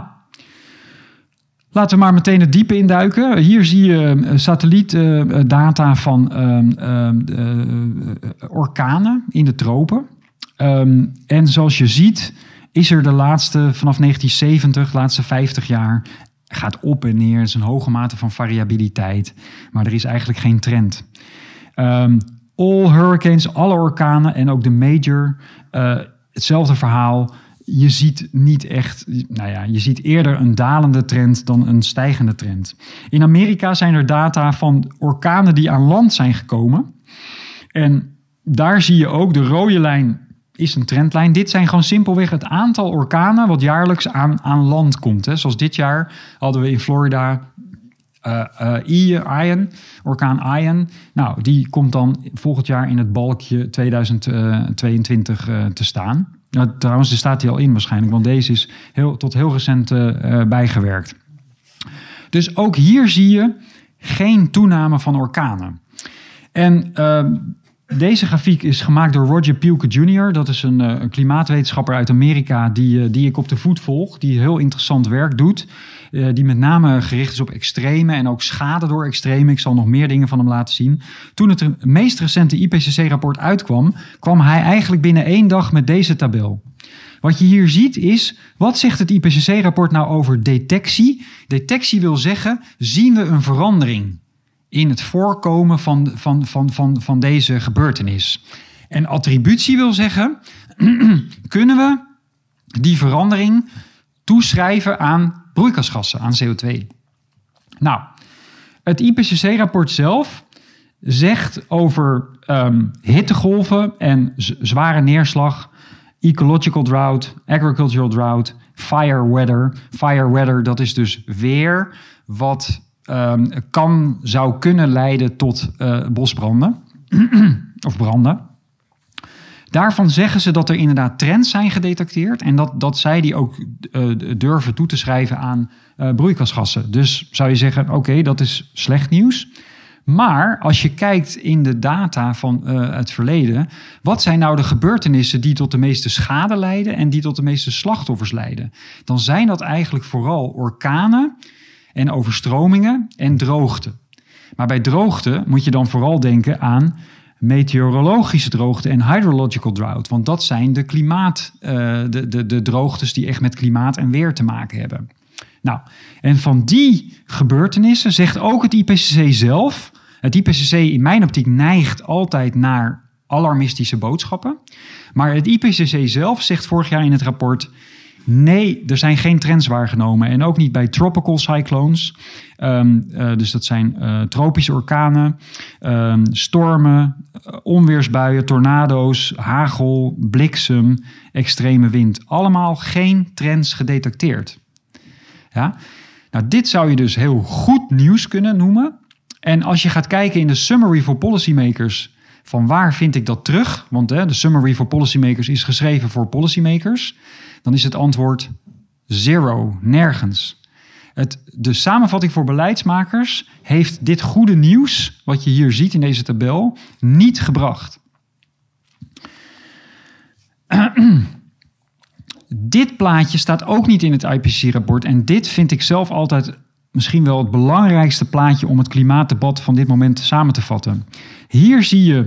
laten we maar meteen het diepe induiken. Hier zie je satellietdata van uh, uh, uh, orkanen in de tropen. Um, en zoals je ziet is er de laatste, vanaf negentien zeventig, de laatste vijftig jaar, gaat op en neer. Er is een hoge mate van variabiliteit, maar er is eigenlijk geen trend. Um, all hurricanes, alle orkanen en ook de major, uh, hetzelfde verhaal. Je ziet niet echt, nou ja, je ziet eerder een dalende trend dan een stijgende trend. In Amerika zijn er data van orkanen die aan land zijn gekomen. En daar zie je ook, de rode lijn is een trendlijn. Dit zijn gewoon simpelweg het aantal orkanen wat jaarlijks aan, aan land komt. Hè. Zoals dit jaar hadden we in Florida uh, uh, Ian, orkaan Ian. Nou, die komt dan volgend jaar in het balkje tweeduizend tweeëntwintig uh, te staan. Nou, trouwens, er staat hij al in waarschijnlijk, want deze is heel, tot heel recent uh, bijgewerkt. Dus ook hier zie je geen toename van orkanen. En uh, deze grafiek is gemaakt door Roger Pielke junior Dat is een, een klimaatwetenschapper uit Amerika die, die ik op de voet volg. Die heel interessant werk doet. Uh, die met name gericht is op extreme en ook schade door extreme. Ik zal nog meer dingen van hem laten zien. Toen het meest recente I P C C-rapport uitkwam, kwam hij eigenlijk binnen één dag met deze tabel. Wat je hier ziet is, wat zegt het I P C C-rapport nou over detectie? Detectie wil zeggen, zien we een verandering in het voorkomen van, van, van, van, van deze gebeurtenis. En attributie wil zeggen, kunnen we die verandering toeschrijven aan broeikasgassen, aan C O twee? Nou, het I P C C-rapport zelf zegt over um, hittegolven en z- zware neerslag, ecological drought, agricultural drought, fire weather. Fire weather, dat is dus weer wat Um, kan, zou kunnen leiden tot uh, bosbranden of branden. Daarvan zeggen ze dat er inderdaad trends zijn gedetecteerd en dat, dat zij die ook uh, durven toe te schrijven aan uh, broeikasgassen. Dus zou je zeggen, oké, okay, dat is slecht nieuws. Maar als je kijkt in de data van uh, het verleden, wat zijn nou de gebeurtenissen die tot de meeste schade leiden en die tot de meeste slachtoffers leiden? Dan zijn dat eigenlijk vooral orkanen en overstromingen en droogte. Maar bij droogte moet je dan vooral denken aan meteorologische droogte en hydrological drought. Want dat zijn de klimaat, uh, de, de, de droogtes die echt met klimaat en weer te maken hebben. Nou, en van die gebeurtenissen zegt ook het I P C C zelf. Het I P C C in mijn optiek neigt altijd naar alarmistische boodschappen. Maar het I P C C zelf zegt vorig jaar in het rapport, nee, er zijn geen trends waargenomen. En ook niet bij tropical cyclones. Um, uh, dus dat zijn uh, tropische orkanen, um, stormen, onweersbuien, tornado's, hagel, bliksem, extreme wind. Allemaal geen trends gedetecteerd. Ja? Nou, dit zou je dus heel goed nieuws kunnen noemen. En als je gaat kijken in de Summary for Policymakers, van waar vind ik dat terug? Want hè, de Summary for Policymakers is geschreven voor policymakers. Dan is het antwoord zero, nergens. Het, de samenvatting voor beleidsmakers heeft dit goede nieuws, wat je hier ziet in deze tabel, niet gebracht. Dit plaatje staat ook niet in het I P C C-rapport. En dit vind ik zelf altijd misschien wel het belangrijkste plaatje om het klimaatdebat van dit moment samen te vatten. Hier zie je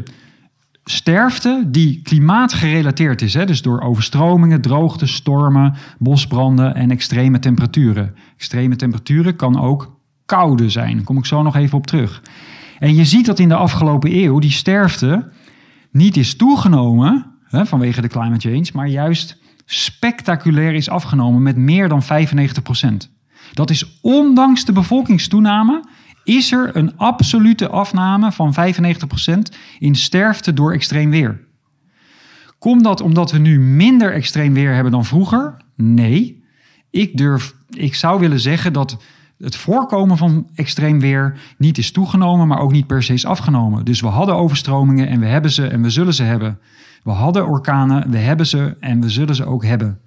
sterfte die klimaatgerelateerd is. Hè? Dus door overstromingen, droogte, stormen, bosbranden en extreme temperaturen. Extreme temperaturen kan ook koude zijn. Daar kom ik zo nog even op terug. En je ziet dat in de afgelopen eeuw die sterfte niet is toegenomen, hè, vanwege de climate change, maar juist spectaculair is afgenomen met meer dan vijfennegentig procent. Dat is ondanks de bevolkingstoename, is er een absolute afname van vijfennegentig procent in sterfte door extreem weer. Komt dat omdat we nu minder extreem weer hebben dan vroeger? Nee. Ik durf, ik zou willen zeggen dat het voorkomen van extreem weer niet is toegenomen, maar ook niet per se is afgenomen. Dus we hadden overstromingen en we hebben ze en we zullen ze hebben. We hadden orkanen, we hebben ze en we zullen ze ook hebben.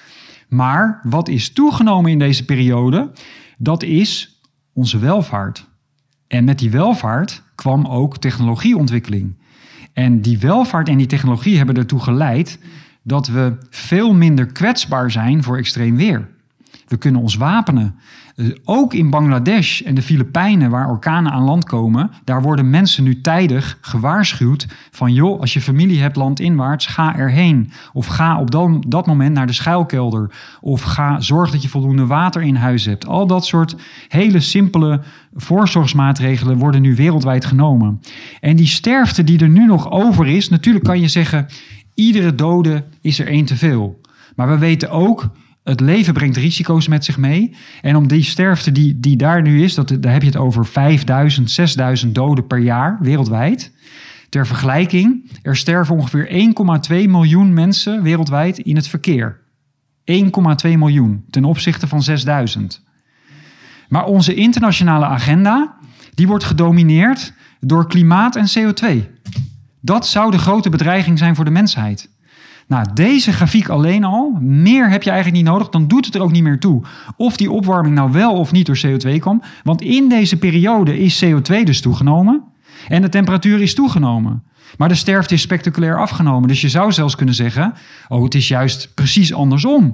Maar wat is toegenomen in deze periode? Dat is onze welvaart. En met die welvaart kwam ook technologieontwikkeling. En die welvaart en die technologie hebben ertoe geleid dat we veel minder kwetsbaar zijn voor extreem weer. We kunnen ons wapenen. Ook in Bangladesh en de Filipijnen, waar orkanen aan land komen, daar worden mensen nu tijdig gewaarschuwd van joh, als je familie hebt landinwaarts, ga erheen. Of ga op dat, dat moment naar de schuilkelder. Of ga, zorg dat je voldoende water in huis hebt. Al dat soort hele simpele voorzorgsmaatregelen worden nu wereldwijd genomen. En die sterfte die er nu nog over is, natuurlijk kan je zeggen, iedere dode is er één te veel. Maar we weten ook, het leven brengt risico's met zich mee. En om die sterfte die, die daar nu is, dat, daar heb je het over vijfduizend, zesduizend doden per jaar wereldwijd. Ter vergelijking, er sterven ongeveer één komma twee miljoen mensen wereldwijd in het verkeer. één komma twee miljoen ten opzichte van zesduizend. Maar onze internationale agenda, die wordt gedomineerd door klimaat en C O twee. Dat zou de grote bedreiging zijn voor de mensheid. Nou, deze grafiek alleen al, meer heb je eigenlijk niet nodig, dan doet het er ook niet meer toe. Of die opwarming nou wel of niet door C O twee kwam. Want in deze periode is C O twee dus toegenomen en de temperatuur is toegenomen. Maar de sterfte is spectaculair afgenomen. Dus je zou zelfs kunnen zeggen, oh, het is juist precies andersom.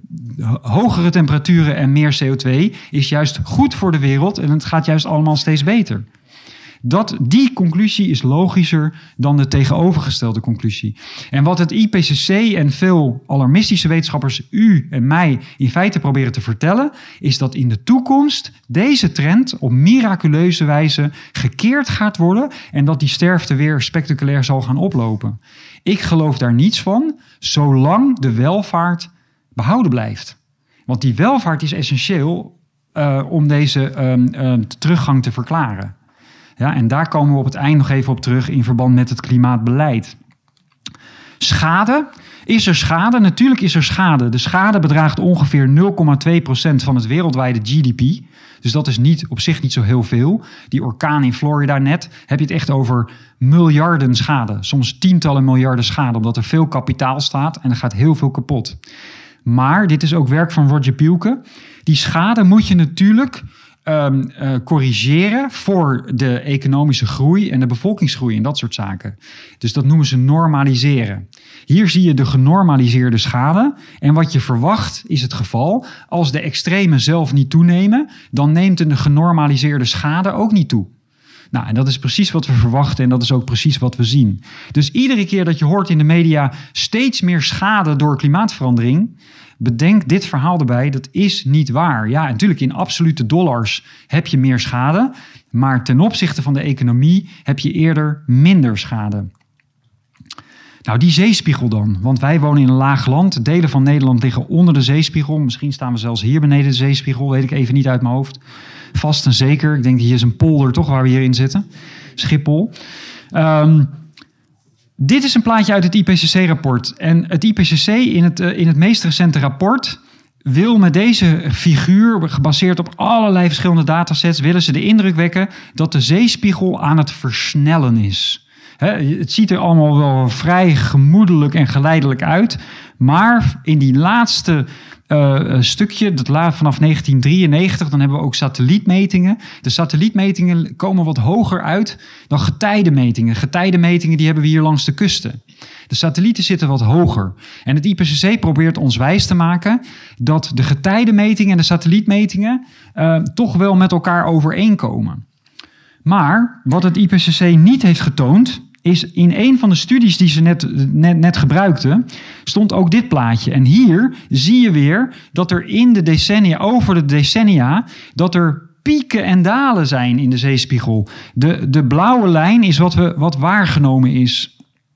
Hogere temperaturen en meer C O twee is juist goed voor de wereld en het gaat juist allemaal steeds beter. Dat, die conclusie is logischer dan de tegenovergestelde conclusie. En wat het I P C C en veel alarmistische wetenschappers u en mij in feite proberen te vertellen, is dat in de toekomst deze trend op miraculeuze wijze gekeerd gaat worden en dat die sterfte weer spectaculair zal gaan oplopen. Ik geloof daar niets van, zolang de welvaart behouden blijft. Want die welvaart is essentieel uh, om deze uh, uh, teruggang te verklaren. Ja, en daar komen we op het eind nog even op terug in verband met het klimaatbeleid. Schade. Is er schade? Natuurlijk is er schade. De schade bedraagt ongeveer nul komma twee procent van het wereldwijde G D P. Dus dat is niet, op zich niet zo heel veel. Die orkaan in Florida net, heb je het echt over miljarden schade. Soms tientallen miljarden schade, omdat er veel kapitaal staat en er gaat heel veel kapot. Maar, dit is ook werk van Roger Pielke, die schade moet je natuurlijk Um, uh, corrigeren voor de economische groei en de bevolkingsgroei en dat soort zaken. Dus dat noemen ze normaliseren. Hier zie je de genormaliseerde schade. En wat je verwacht is het geval. Als de extremen zelf niet toenemen, dan neemt een genormaliseerde schade ook niet toe. Nou, en dat is precies wat we verwachten en dat is ook precies wat we zien. Dus iedere keer dat je hoort in de media steeds meer schade door klimaatverandering, bedenk dit verhaal erbij, dat is niet waar. Ja, natuurlijk in absolute dollars heb je meer schade, maar ten opzichte van de economie heb je eerder minder schade. Nou, die zeespiegel dan. Want wij wonen in een laag land. Delen van Nederland liggen onder de zeespiegel. Misschien staan we zelfs hier beneden de zeespiegel. Weet ik even niet uit mijn hoofd. Vast en zeker. Ik denk hier is een polder toch waar we hierin zitten. Schiphol. Um, dit is een plaatje uit het I P C C-rapport. En het I P C C in het, uh, in het meest recente rapport wil met deze figuur, gebaseerd op allerlei verschillende datasets, willen ze de indruk wekken dat de zeespiegel aan het versnellen is. He, het ziet er allemaal wel vrij gemoedelijk en geleidelijk uit. Maar in die laatste uh, stukje, dat la, vanaf negentien drieënnegentig, dan hebben we ook satellietmetingen. De satellietmetingen komen wat hoger uit dan getijdenmetingen. Getijdenmetingen die hebben we hier langs de kusten. De satellieten zitten wat hoger. En het I P C C probeert ons wijs te maken dat de getijdenmetingen en de satellietmetingen uh, toch wel met elkaar overeenkomen. Maar wat het I P C C niet heeft getoond, is in een van de studies die ze net, net, net gebruikten, stond ook dit plaatje. En hier zie je weer dat er in de decennia, over de decennia, dat er pieken en dalen zijn in de zeespiegel. De, de blauwe lijn is wat, we, wat waargenomen is.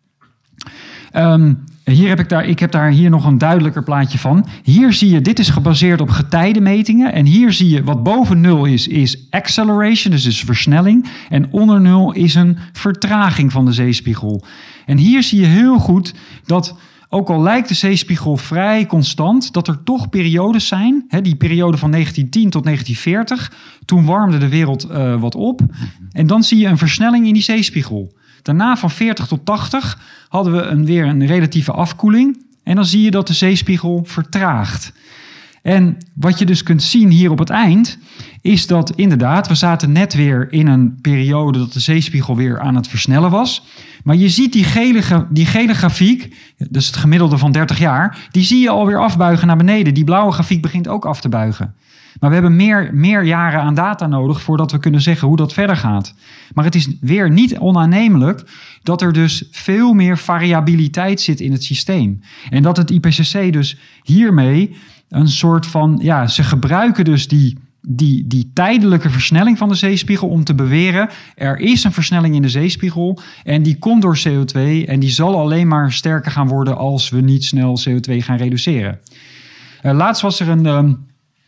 Um, Hier heb ik, daar, ik heb daar hier nog een duidelijker plaatje van. Hier zie je, dit is gebaseerd op getijdenmetingen. En hier zie je, wat boven nul is, is acceleration, dus is versnelling. En onder nul is een vertraging van de zeespiegel. En hier zie je heel goed dat, ook al lijkt de zeespiegel vrij constant, dat er toch periodes zijn. Hè, die periode van negentien tien tot negentien veertig. Toen warmde de wereld uh, wat op. En dan zie je een versnelling in die zeespiegel. Daarna van veertig tot tachtig hadden we een, weer een relatieve afkoeling. En dan zie je dat de zeespiegel vertraagt. En wat je dus kunt zien hier op het eind, is dat inderdaad, we zaten net weer in een periode dat de zeespiegel weer aan het versnellen was. Maar je ziet die gele, die gele grafiek, dus het gemiddelde van dertig jaar, die zie je alweer afbuigen naar beneden. Die blauwe grafiek begint ook af te buigen. Maar we hebben meer, meer jaren aan data nodig voordat we kunnen zeggen hoe dat verder gaat. Maar het is weer niet onaannemelijk dat er dus veel meer variabiliteit zit in het systeem. En dat het I P C C dus hiermee een soort van, ja, ze gebruiken dus die, die, die tijdelijke versnelling van de zeespiegel om te beweren, er is een versnelling in de zeespiegel en die komt door C O twee en die zal alleen maar sterker gaan worden als we niet snel C O twee gaan reduceren. Uh, laatst was er een... Um,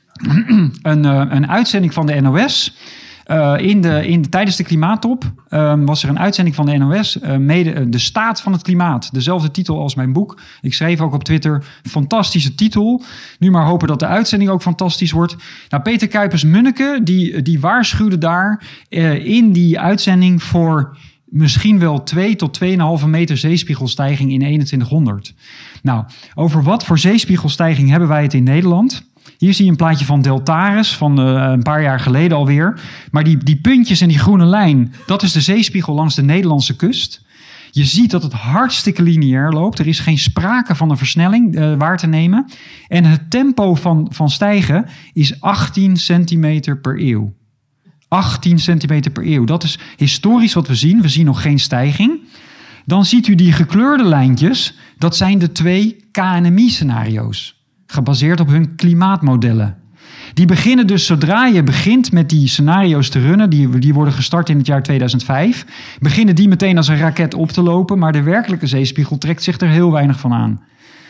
Een, uh, een uitzending van de N O S. Uh, in de, in de, tijdens de klimaattop um, was er een uitzending van de N O S. Uh, mede, uh, de staat van het klimaat. Dezelfde titel als mijn boek. Ik schreef ook op Twitter. Fantastische titel. Nu maar hopen dat de uitzending ook fantastisch wordt. Nou, Peter Kuipers-Munneke die, die waarschuwde daar uh, in die uitzending voor misschien wel twee tot twee komma vijf meter zeespiegelstijging in eenentwintighonderd. Nou, over wat voor zeespiegelstijging hebben wij het in Nederland? Hier zie je een plaatje van Deltares van uh, een paar jaar geleden alweer. Maar die, die puntjes en die groene lijn, dat is de zeespiegel langs de Nederlandse kust. Je ziet dat het hartstikke lineair loopt. Er is geen sprake van een versnelling uh, waar te nemen. En het tempo van, van stijgen is achttien centimeter per eeuw. achttien centimeter per eeuw. Dat is historisch wat we zien. We zien nog geen stijging. Dan ziet u die gekleurde lijntjes. Dat zijn de twee K N M I-scenario's. Gebaseerd op hun klimaatmodellen. Die beginnen dus zodra je begint met die scenario's te runnen, die, die worden gestart in het jaar tweeduizend vijf, beginnen die meteen als een raket op te lopen, maar de werkelijke zeespiegel trekt zich er heel weinig van aan.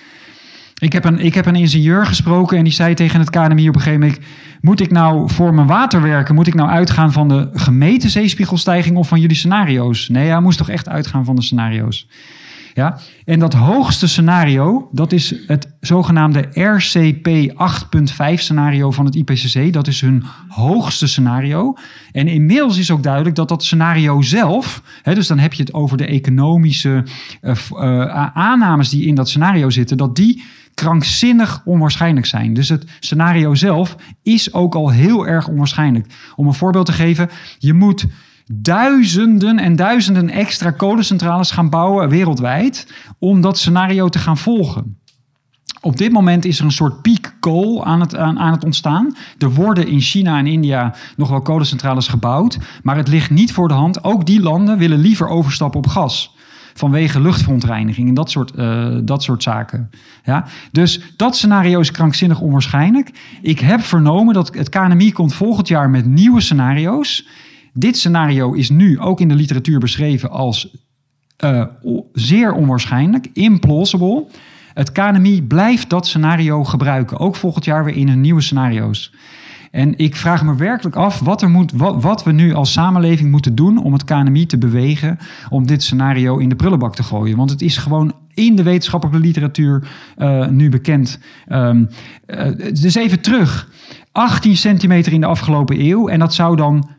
Ik heb een, ik heb een ingenieur gesproken en die zei tegen het K N M I op een gegeven moment, moet ik nou voor mijn waterwerken, moet ik nou uitgaan van de gemeten zeespiegelstijging of van jullie scenario's? Nee, hij moest toch echt uitgaan van de scenario's. Ja, en dat hoogste scenario, dat is het zogenaamde R C P acht punt vijf scenario van het I P C C. Dat is hun hoogste scenario. En inmiddels is ook duidelijk dat dat scenario zelf, hè, dus dan heb je het over de economische uh, uh, aannames die in dat scenario zitten, dat die krankzinnig onwaarschijnlijk zijn. Dus het scenario zelf is ook al heel erg onwaarschijnlijk. Om een voorbeeld te geven, je moet duizenden en duizenden extra kolencentrales gaan bouwen wereldwijd om dat scenario te gaan volgen. Op dit moment is er een soort peak coal aan het, aan, aan het ontstaan. Er worden in China en India nog wel kolencentrales gebouwd, maar het ligt niet voor de hand. Ook die landen willen liever overstappen op gas. Vanwege luchtverontreiniging en dat soort, uh, dat soort zaken. Ja? Dus dat scenario is krankzinnig onwaarschijnlijk. Ik heb vernomen dat het K N M I komt volgend jaar met nieuwe scenario's. Dit scenario is nu ook in de literatuur beschreven als uh, zeer onwaarschijnlijk, implausible. Het K N M I blijft dat scenario gebruiken, ook volgend jaar weer in hun nieuwe scenario's. En ik vraag me werkelijk af wat, er moet, wat, wat we nu als samenleving moeten doen om het K N M I te bewegen om dit scenario in de prullenbak te gooien. Want het is gewoon in de wetenschappelijke literatuur uh, nu bekend. Um, uh, dus even terug. achttien centimeter in de afgelopen eeuw en dat zou dan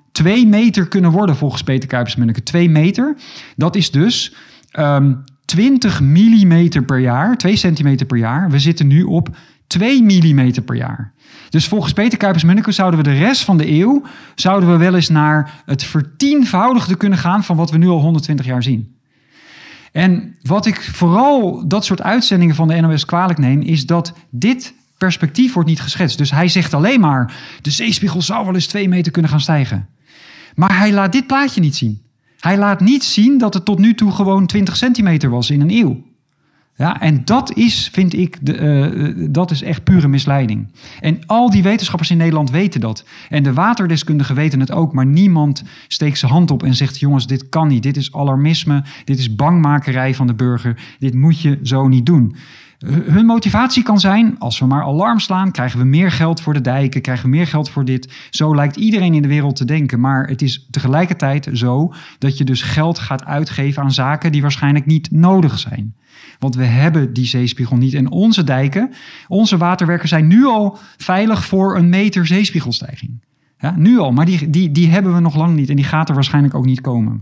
twee meter kunnen worden volgens Peter Kuipers-Munneke. Twee meter, dat is dus um, twintig millimeter per jaar, twee centimeter per jaar. We zitten nu op twee millimeter per jaar. Dus volgens Peter Kuipers-Munneke zouden we de rest van de eeuw, zouden we wel eens naar het vertienvoudigde kunnen gaan van wat we nu al honderdtwintig jaar zien. En wat ik vooral dat soort uitzendingen van de N O S kwalijk neem, is dat dit perspectief wordt niet geschetst. Dus hij zegt alleen maar, de zeespiegel zou wel eens twee meter kunnen gaan stijgen. Maar hij laat dit plaatje niet zien. Hij laat niet zien dat het tot nu toe gewoon twintig centimeter was in een eeuw. Ja, en dat is, vind ik, de, uh, dat is echt pure misleiding. En al die wetenschappers in Nederland weten dat. En de waterdeskundigen weten het ook, maar niemand steekt zijn hand op en zegt, jongens, dit kan niet. Dit is alarmisme, dit is bangmakerij van de burger. Dit moet je zo niet doen. Hun motivatie kan zijn, als we maar alarm slaan, krijgen we meer geld voor de dijken, krijgen we meer geld voor dit. Zo lijkt iedereen in de wereld te denken. Maar het is tegelijkertijd zo dat je dus geld gaat uitgeven aan zaken die waarschijnlijk niet nodig zijn. Want we hebben die zeespiegel niet. En onze dijken, onze waterwerken zijn nu al veilig voor een meter zeespiegelstijging. Ja, nu al, maar die, die, die hebben we nog lang niet. En die gaat er waarschijnlijk ook niet komen.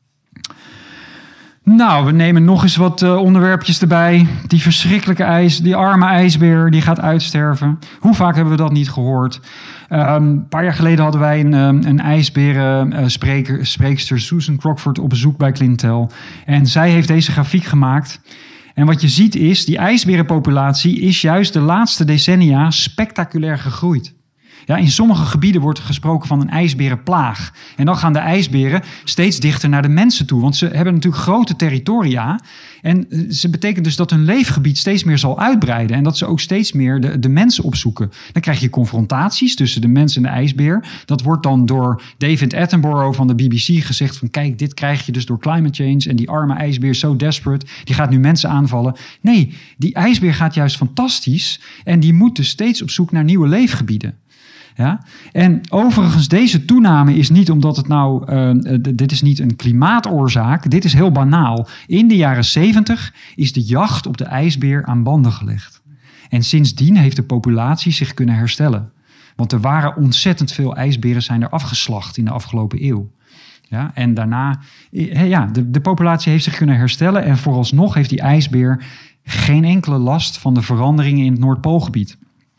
Nou, we nemen nog eens wat uh, onderwerpjes erbij. Die verschrikkelijke ijs, die arme ijsbeer, die gaat uitsterven. Hoe vaak hebben we dat niet gehoord? Uh, een paar jaar geleden hadden wij een, um, een ijsberenspreekster, Susan Crockford, op bezoek bij Clintel. En zij heeft deze grafiek gemaakt. En wat je ziet is, die ijsberenpopulatie is juist de laatste decennia spectaculair gegroeid. Ja, in sommige gebieden wordt er gesproken van een ijsberenplaag. En dan gaan de ijsberen steeds dichter naar de mensen toe. Want ze hebben natuurlijk grote territoria. En ze betekent dus dat hun leefgebied steeds meer zal uitbreiden. En dat ze ook steeds meer de, de mensen opzoeken. Dan krijg je confrontaties tussen de mens en de ijsbeer. Dat wordt dan door David Attenborough van de B B C gezegd van, kijk, dit krijg je dus door climate change. En die arme ijsbeer is zo desperate. Die gaat nu mensen aanvallen. Nee, die ijsbeer gaat juist fantastisch. En die moet dus steeds op zoek naar nieuwe leefgebieden. Ja? En overigens, deze toename is niet omdat het nou, uh, dit is niet een klimaatoorzaak, dit is heel banaal. In de jaren zeventig is de jacht op de ijsbeer aan banden gelegd. En sindsdien heeft de populatie zich kunnen herstellen. Want er waren ontzettend veel ijsberen zijn er afgeslacht in de afgelopen eeuw. Ja? En daarna, ja, de, de populatie heeft zich kunnen herstellen en vooralsnog heeft die ijsbeer geen enkele last van de veranderingen in het Noordpoolgebied.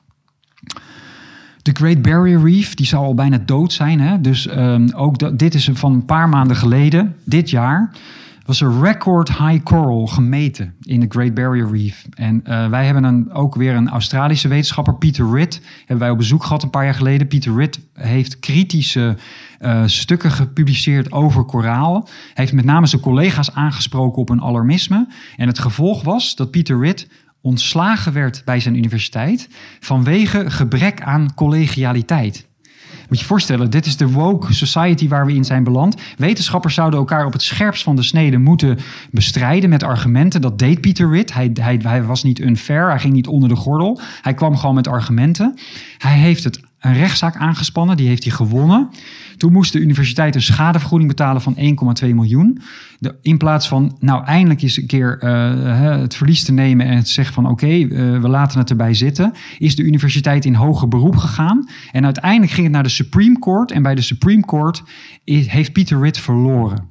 De Great Barrier Reef, die zou al bijna dood zijn. Hè? Dus um, ook dat, dit is van een paar maanden geleden, dit jaar, was er record high coral gemeten in de Great Barrier Reef. En uh, wij hebben een, ook weer een Australische wetenschapper, Peter Ritt, hebben wij op bezoek gehad een paar jaar geleden. Peter Ritt heeft kritische uh, stukken gepubliceerd over koraal. Hij heeft met name zijn collega's aangesproken op een alarmisme. En het gevolg was dat Peter Ritt ontslagen werd bij zijn universiteit vanwege gebrek aan collegialiteit. Moet je je voorstellen, dit is de woke society waar we in zijn beland. Wetenschappers zouden elkaar op het scherpst van de snede moeten bestrijden met argumenten. Dat deed Peter Ritt. Hij, hij, hij was niet unfair, hij ging niet onder de gordel. Hij kwam gewoon met argumenten. Hij heeft het een rechtszaak aangespannen, die heeft hij gewonnen. Toen moest de universiteit een schadevergoeding betalen van één komma twee miljoen. De, in plaats van, nou eindelijk eens een keer uh, het verlies te nemen en te zeggen van oké, okay, uh, we laten het erbij zitten, is de universiteit in hoger beroep gegaan. En uiteindelijk ging het naar de Supreme Court. En bij de Supreme Court is, heeft Peter Ritt verloren.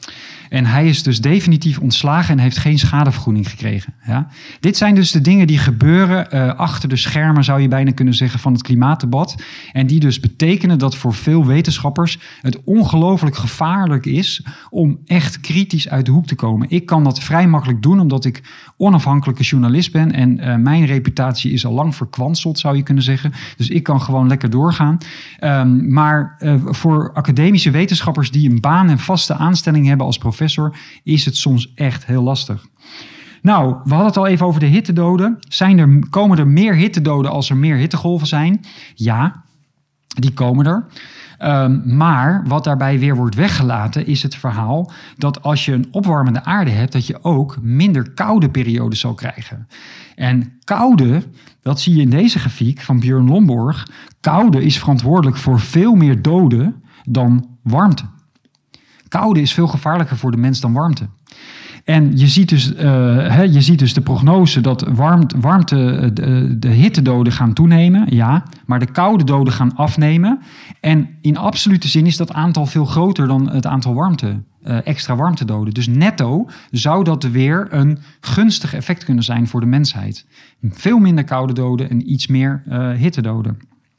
En hij is dus definitief ontslagen en heeft geen schadevergoeding gekregen. Ja? Dit zijn dus de dingen die gebeuren uh, achter de schermen, zou je bijna kunnen zeggen, van het klimaatdebat. En die dus betekenen dat voor veel wetenschappers het ongelooflijk gevaarlijk is om echt kritisch uit de hoek te komen. Ik kan dat vrij makkelijk doen, omdat ik onafhankelijke journalist ben. En uh, mijn reputatie is al lang verkwanseld, zou je kunnen zeggen. Dus ik kan gewoon lekker doorgaan. Um, maar uh, voor academische wetenschappers die een baan en vaste aanstelling hebben als professor, is het soms echt heel lastig. Nou, we hadden het al even over de hittedoden. Zijn er, komen er meer hittedoden als er meer hittegolven zijn? Ja, die komen er. Um, maar wat daarbij weer wordt weggelaten is het verhaal dat als je een opwarmende aarde hebt, dat je ook minder koude periodes zal krijgen. En koude, dat zie je in deze grafiek van Björn Lomborg. Koude is verantwoordelijk voor veel meer doden dan warmte. Koude is veel gevaarlijker voor de mens dan warmte. En je ziet dus, uh, hè, je ziet dus de prognose dat warmte, warmte de, de hittedoden gaan toenemen. Ja, maar de koude doden gaan afnemen. En in absolute zin is dat aantal veel groter dan het aantal warmte. Uh, extra warmtedoden. Dus netto zou dat weer een gunstig effect kunnen zijn voor de mensheid. Veel minder koude doden en iets meer uh, hittedoden.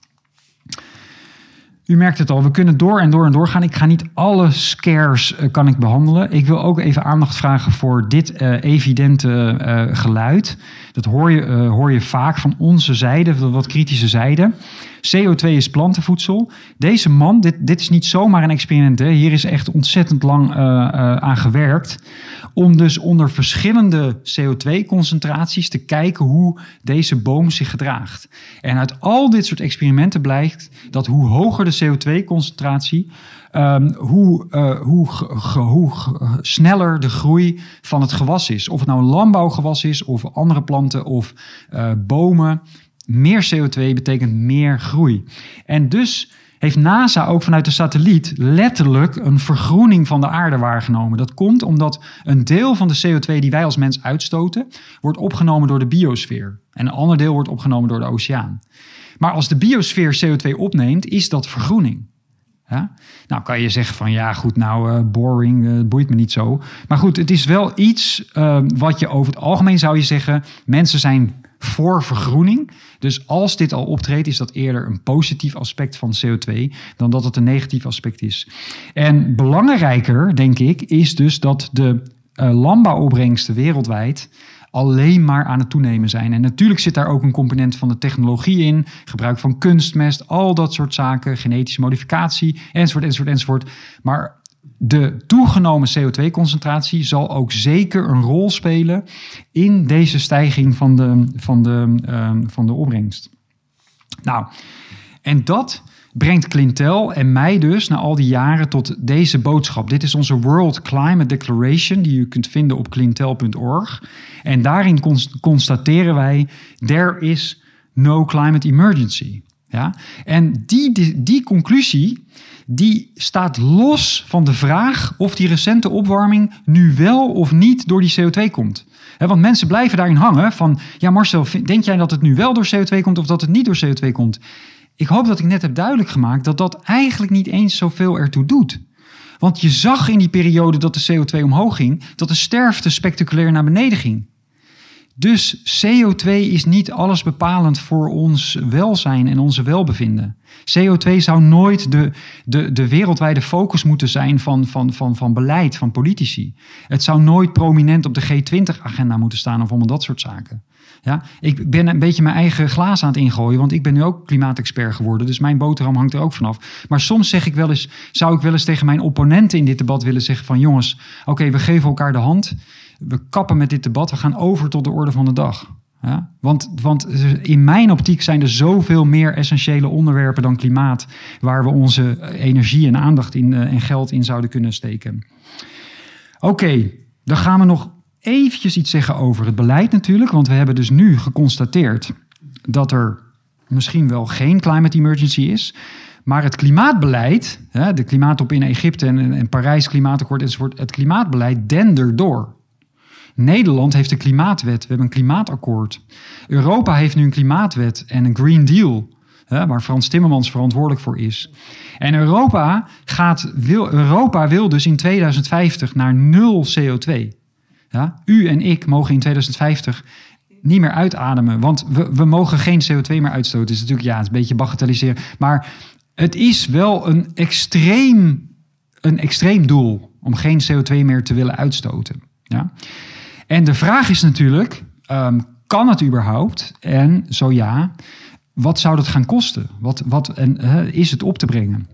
U merkt het al, we kunnen door en door en door gaan. Ik ga niet alle scares uh, kan ik behandelen. Ik wil ook even aandacht vragen voor dit uh, evidente uh, geluid. Dat hoor je, uh, hoor je vaak van onze zijde, van de wat kritische zijde. C O twee is plantenvoedsel. Deze man, dit, dit is niet zomaar een experiment. Hè. Hier is echt ontzettend lang uh, uh, aan gewerkt. Om dus onder verschillende C O twee concentraties te kijken hoe deze boom zich gedraagt. En uit al dit soort experimenten blijkt dat hoe hoger de C O twee concentratie, um, hoe, uh, hoe, ge, hoe ge, sneller de groei van het gewas is. Of het nou een landbouwgewas is of andere planten of uh, bomen. Meer C O twee betekent meer groei. En dus heeft NASA ook vanuit de satelliet letterlijk een vergroening van de aarde waargenomen. Dat komt omdat een deel van de C O twee die wij als mens uitstoten, wordt opgenomen door de biosfeer. En een ander deel wordt opgenomen door de oceaan. Maar als de biosfeer C O twee opneemt, is dat vergroening. Ja? Nou kan je zeggen van ja goed, nou uh, boring, uh, boeit me niet zo. Maar goed, het is wel iets uh, wat je over het algemeen zou je zeggen, mensen zijn voor vergroening. Dus als dit al optreedt, is dat eerder een positief aspect van C O twee dan dat het een negatief aspect is. En belangrijker, denk ik, is dus dat de uh, landbouwopbrengsten wereldwijd alleen maar aan het toenemen zijn. En natuurlijk zit daar ook een component van de technologie in, gebruik van kunstmest, al dat soort zaken, genetische modificatie, enzovoort, enzovoort, enzovoort. Maar de toegenomen C O twee concentratie zal ook zeker een rol spelen in deze stijging van de, van de, uh, van de opbrengst. Nou, en dat brengt Clintel en mij dus na al die jaren tot deze boodschap. Dit is onze World Climate Declaration die u kunt vinden op clintel punt org. En daarin constateren wij, there is no climate emergency. Ja? En die, die, die conclusie die staat los van de vraag of die recente opwarming nu wel of niet door die C O twee komt. He, want mensen blijven daarin hangen van, ja Marcel, denk jij dat het nu wel door C O twee komt of dat het niet door C O twee komt? Ik hoop dat ik net heb duidelijk gemaakt dat dat eigenlijk niet eens zoveel ertoe doet. Want je zag in die periode dat de C O twee omhoog ging, dat de sterfte spectaculair naar beneden ging. Dus C O twee is niet alles bepalend voor ons welzijn en onze welbevinden. C O twee zou nooit de, de, de wereldwijde focus moeten zijn van, van, van, van beleid, van politici. Het zou nooit prominent op de G twintig agenda moeten staan of allemaal dat soort zaken. Ja, ik ben een beetje mijn eigen glaas aan het ingooien, want ik ben nu ook klimaatexpert geworden, dus mijn boterham hangt er ook vanaf. Maar soms zeg ik wel eens, zou ik wel eens tegen mijn opponenten in dit debat willen zeggen van jongens, oké, okay, we geven elkaar de hand, we kappen met dit debat, we gaan over tot de orde van de dag. Ja? Want, want in mijn optiek zijn er zoveel meer essentiële onderwerpen dan klimaat, waar we onze energie en aandacht in, uh, en geld in zouden kunnen steken. Oké, okay, dan gaan we nog eventjes iets zeggen over het beleid natuurlijk, want we hebben dus nu geconstateerd dat er misschien wel geen climate emergency is, maar het klimaatbeleid, de klimaattop in Egypte en, en Parijs klimaatakkoord enzovoort, het klimaatbeleid dendert door. Nederland heeft een klimaatwet, we hebben een klimaatakkoord. Europa heeft nu een klimaatwet en een Green Deal, hè, waar Frans Timmermans verantwoordelijk voor is. En Europa, gaat, wil, Europa wil dus in tweeduizend vijftig naar nul C O twee. Ja, u en ik mogen in tweeduizend vijftig niet meer uitademen, want we, we mogen geen C O twee meer uitstoten. Dus natuurlijk, ja, het is een beetje bagatelliseren. Maar het is wel een extreem, een extreem doel om geen C O twee meer te willen uitstoten. Ja? En de vraag is natuurlijk, um, kan het überhaupt? En zo ja, wat zou dat gaan kosten? Wat, wat en, uh, is het op te brengen?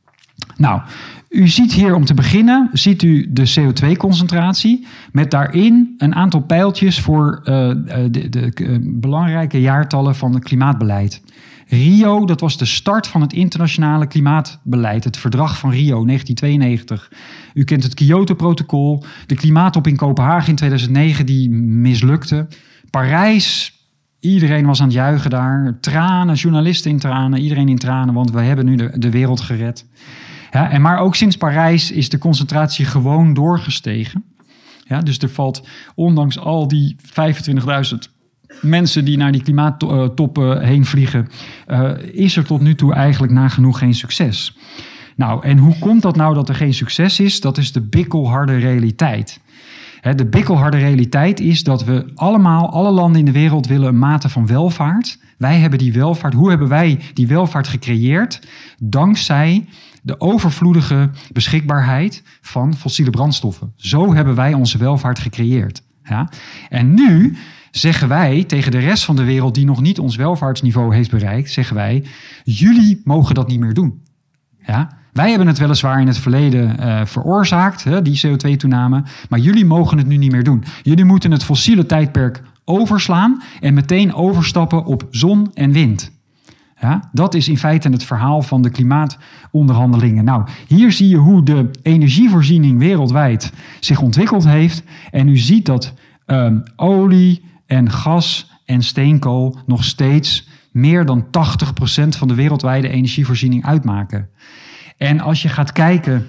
Nou, u ziet hier om te beginnen, ziet u de C O twee concentratie met daarin een aantal pijltjes voor uh, de, de, de uh, belangrijke jaartallen van het klimaatbeleid. Rio, dat was de start van het internationale klimaatbeleid, het verdrag van Rio negentien tweeënnegentig. U kent het Kyoto-protocol, de klimaattop in Kopenhagen in tweeduizend negen die mislukte. Parijs, iedereen was aan het juichen daar, tranen, journalisten in tranen, iedereen in tranen, want we hebben nu de, de wereld gered. Ja, en maar ook sinds Parijs is de concentratie gewoon doorgestegen. Ja, dus er valt, ondanks al die vijfentwintigduizend mensen die naar die klimaattop uh, heen vliegen, uh, is er tot nu toe eigenlijk nagenoeg geen succes. Nou, en hoe komt dat nou dat er geen succes is? Dat is de bikkelharde realiteit. He, de bikkelharde realiteit is dat we allemaal, alle landen in de wereld willen een mate van welvaart. Wij hebben die welvaart. Hoe hebben wij die welvaart gecreëerd? Dankzij de overvloedige beschikbaarheid van fossiele brandstoffen. Zo hebben wij onze welvaart gecreëerd. Ja? En nu zeggen wij tegen de rest van de wereld die nog niet ons welvaartsniveau heeft bereikt, zeggen wij, jullie mogen dat niet meer doen. Ja? Wij hebben het weliswaar in het verleden uh, veroorzaakt, hè, die C O twee toename, maar jullie mogen het nu niet meer doen. Jullie moeten het fossiele tijdperk overslaan en meteen overstappen op zon en wind. Ja, dat is in feite het verhaal van de klimaatonderhandelingen. Nou, hier zie je hoe de energievoorziening wereldwijd zich ontwikkeld heeft. En u ziet dat um, olie en gas en steenkool nog steeds meer dan tachtig procent van de wereldwijde energievoorziening uitmaken. En als je gaat kijken,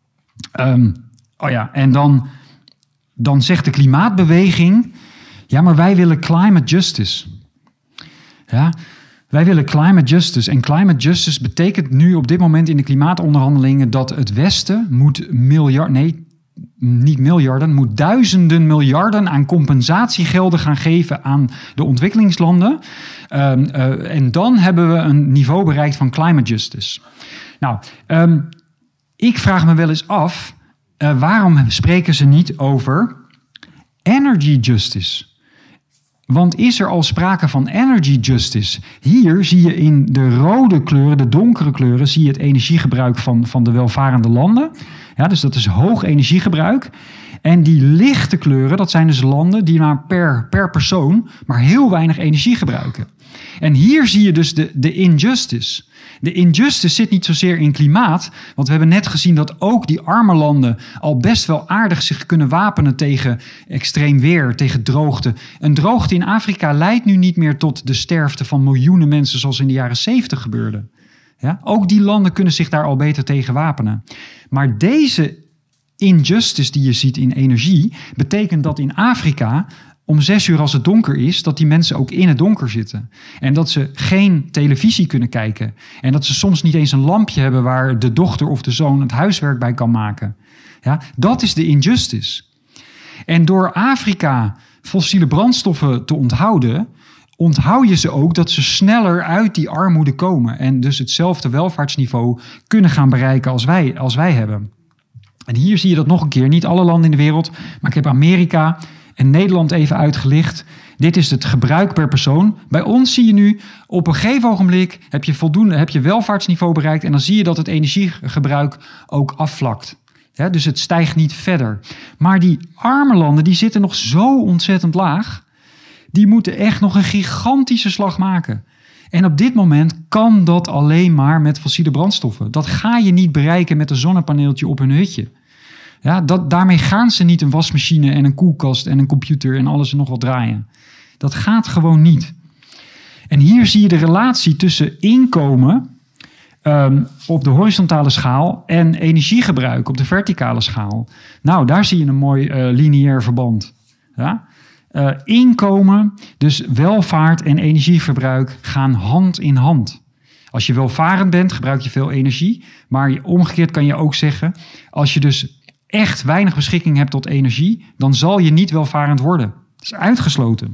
um, oh ja, en dan, dan zegt de klimaatbeweging, ja, maar wij willen climate justice. Ja, wij willen climate justice. En climate justice betekent nu op dit moment in de klimaatonderhandelingen dat het Westen moet miljard, nee, niet miljarden, moet duizenden miljarden aan compensatiegelden gaan geven aan de ontwikkelingslanden. Um, uh, en dan hebben we een niveau bereikt van climate justice. Nou, um, ik vraag me wel eens af, uh, waarom spreken ze niet over energy justice? Want is er al sprake van energy justice? Hier zie je in de rode kleuren, de donkere kleuren, zie je het energiegebruik van, van de welvarende landen. Ja, dus dat is hoog energiegebruik. En die lichte kleuren, dat zijn dus landen die maar per, per persoon maar heel weinig energie gebruiken. En hier zie je dus de, de injustice. De injustice zit niet zozeer in klimaat, want we hebben net gezien dat ook die arme landen al best wel aardig zich kunnen wapenen tegen extreem weer, tegen droogte. Een droogte in Afrika leidt nu niet meer tot de sterfte van miljoenen mensen zoals in de jaren zeventig gebeurde. Ja? Ook die landen kunnen zich daar al beter tegen wapenen. Maar deze injustice die je ziet in energie, betekent dat in Afrika om zes uur als het donker is, dat die mensen ook in het donker zitten. En dat ze geen televisie kunnen kijken. En dat ze soms niet eens een lampje hebben waar de dochter of de zoon het huiswerk bij kan maken. Ja, dat is de injustice. En door Afrika fossiele brandstoffen te onthouden, onthoud je ze ook dat ze sneller uit die armoede komen. En dus hetzelfde welvaartsniveau kunnen gaan bereiken als wij, als wij hebben. En hier zie je dat nog een keer. Niet alle landen in de wereld, maar ik heb Amerika en Nederland even uitgelicht. Dit is het gebruik per persoon. Bij ons zie je nu, op een gegeven ogenblik heb je voldoende, heb je welvaartsniveau bereikt en dan zie je dat het energiegebruik ook afvlakt. Ja, dus het stijgt niet verder. Maar die arme landen, die zitten nog zo ontzettend laag. Die moeten echt nog een gigantische slag maken. En op dit moment kan dat alleen maar met fossiele brandstoffen. Dat ga je niet bereiken met een zonnepaneeltje op hun hutje. Ja, dat, daarmee gaan ze niet een wasmachine en een koelkast en een computer en alles en nog wat draaien. Dat gaat gewoon niet. En hier zie je de relatie tussen inkomen um, op de horizontale schaal en energiegebruik op de verticale schaal. Nou, daar zie je een mooi uh, lineair verband. Ja? Uh, inkomen, dus welvaart en energieverbruik gaan hand in hand. Als je welvarend bent, gebruik je veel energie. Maar omgekeerd kan je ook zeggen, als je dus echt weinig beschikking hebt tot energie, dan zal je niet welvarend worden. Dat is uitgesloten.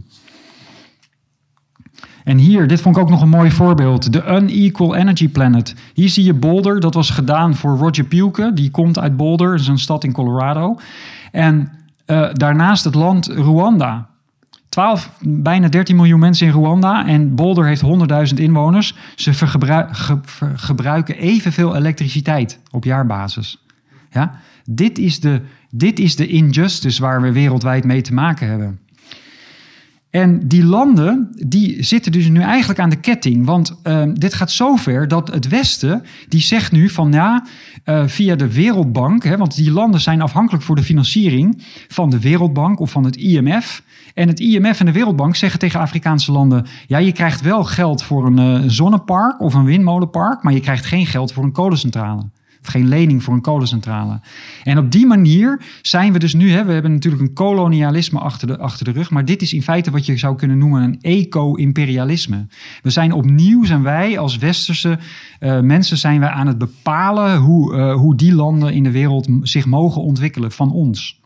En hier, dit vond ik ook nog een mooi voorbeeld. De Unequal Energy Planet. Hier zie je Boulder. Dat was gedaan voor Roger Pielke. Die komt uit Boulder. Dat is een stad in Colorado. En uh, daarnaast het land Rwanda. twaalf, bijna dertien miljoen mensen in Rwanda. En Boulder heeft honderdduizend inwoners. Ze vergebru- ge- ver- gebruiken evenveel elektriciteit op jaarbasis. Ja? Dit is de, dit is de injustice waar we wereldwijd mee te maken hebben. En die landen, die zitten dus nu eigenlijk aan de ketting. Want uh, dit gaat zover dat het Westen, die zegt nu van ja, uh, via de Wereldbank, hè, want die landen zijn afhankelijk voor de financiering van de Wereldbank of van het I M F. En het I M F en de Wereldbank zeggen tegen Afrikaanse landen, ja, je krijgt wel geld voor een uh, zonnepark of een windmolenpark, maar je krijgt geen geld voor een kolencentrale. geen lening voor een kolencentrale. En op die manier zijn we dus nu... Hè, we hebben natuurlijk een kolonialisme achter de, achter de rug... maar dit is in feite wat je zou kunnen noemen een eco-imperialisme. We zijn opnieuw, zijn wij als westerse uh, mensen... zijn wij aan het bepalen hoe, uh, hoe die landen in de wereld zich mogen ontwikkelen van ons.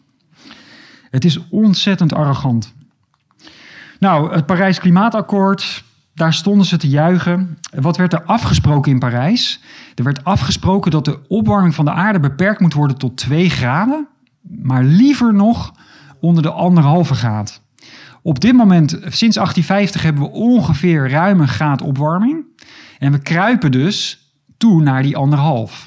Het is ontzettend arrogant. Nou, het Parijs Klimaatakkoord... Daar stonden ze te juichen. Wat werd er afgesproken in Parijs? Er werd afgesproken dat de opwarming van de aarde beperkt moet worden tot twee graden. Maar liever nog onder de anderhalve graad. Op dit moment, sinds achttien vijftig, hebben we ongeveer ruim een graad opwarming. En we kruipen dus toe naar die anderhalf.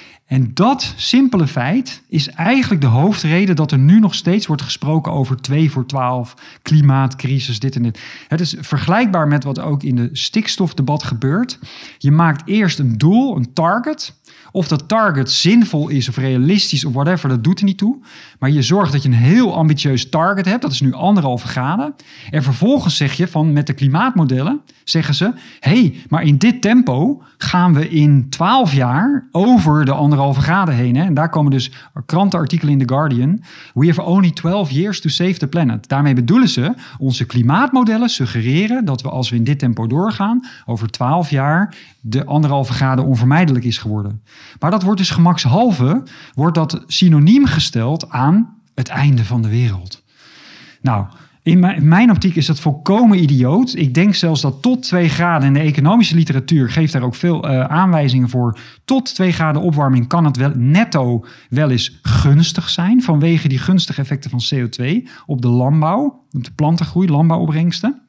En dat simpele feit is eigenlijk de hoofdreden dat er nu nog steeds wordt gesproken over twee voor twaalf, klimaatcrisis, dit en dit. Het is vergelijkbaar met wat ook in de stikstofdebat gebeurt. Je maakt eerst een doel, een target. Of dat target zinvol is of realistisch of whatever, dat doet er niet toe. Maar je zorgt dat je een heel ambitieus target hebt. Dat is nu anderhalve graden. En vervolgens zeg je van met de klimaatmodellen, zeggen ze... hé, hey, maar in dit tempo gaan we in twaalf jaar over de anderhalve graden heen. Hè? En daar komen dus krantenartikelen in The Guardian. We have only twelve years to save the planet. Daarmee bedoelen ze, onze klimaatmodellen suggereren dat we als we in dit tempo doorgaan, over twaalf jaar de anderhalve graden onvermijdelijk is geworden. Maar dat wordt dus gemakshalve, wordt dat synoniem gesteld aan het einde van de wereld. Nou, in mijn, in mijn optiek is dat volkomen idioot. Ik denk zelfs dat tot twee graden, en de economische literatuur geeft daar ook veel uh, aanwijzingen voor, tot twee graden opwarming kan het wel netto wel eens gunstig zijn, vanwege die gunstige effecten van C O twee op de landbouw, op de plantengroei, landbouwopbrengsten.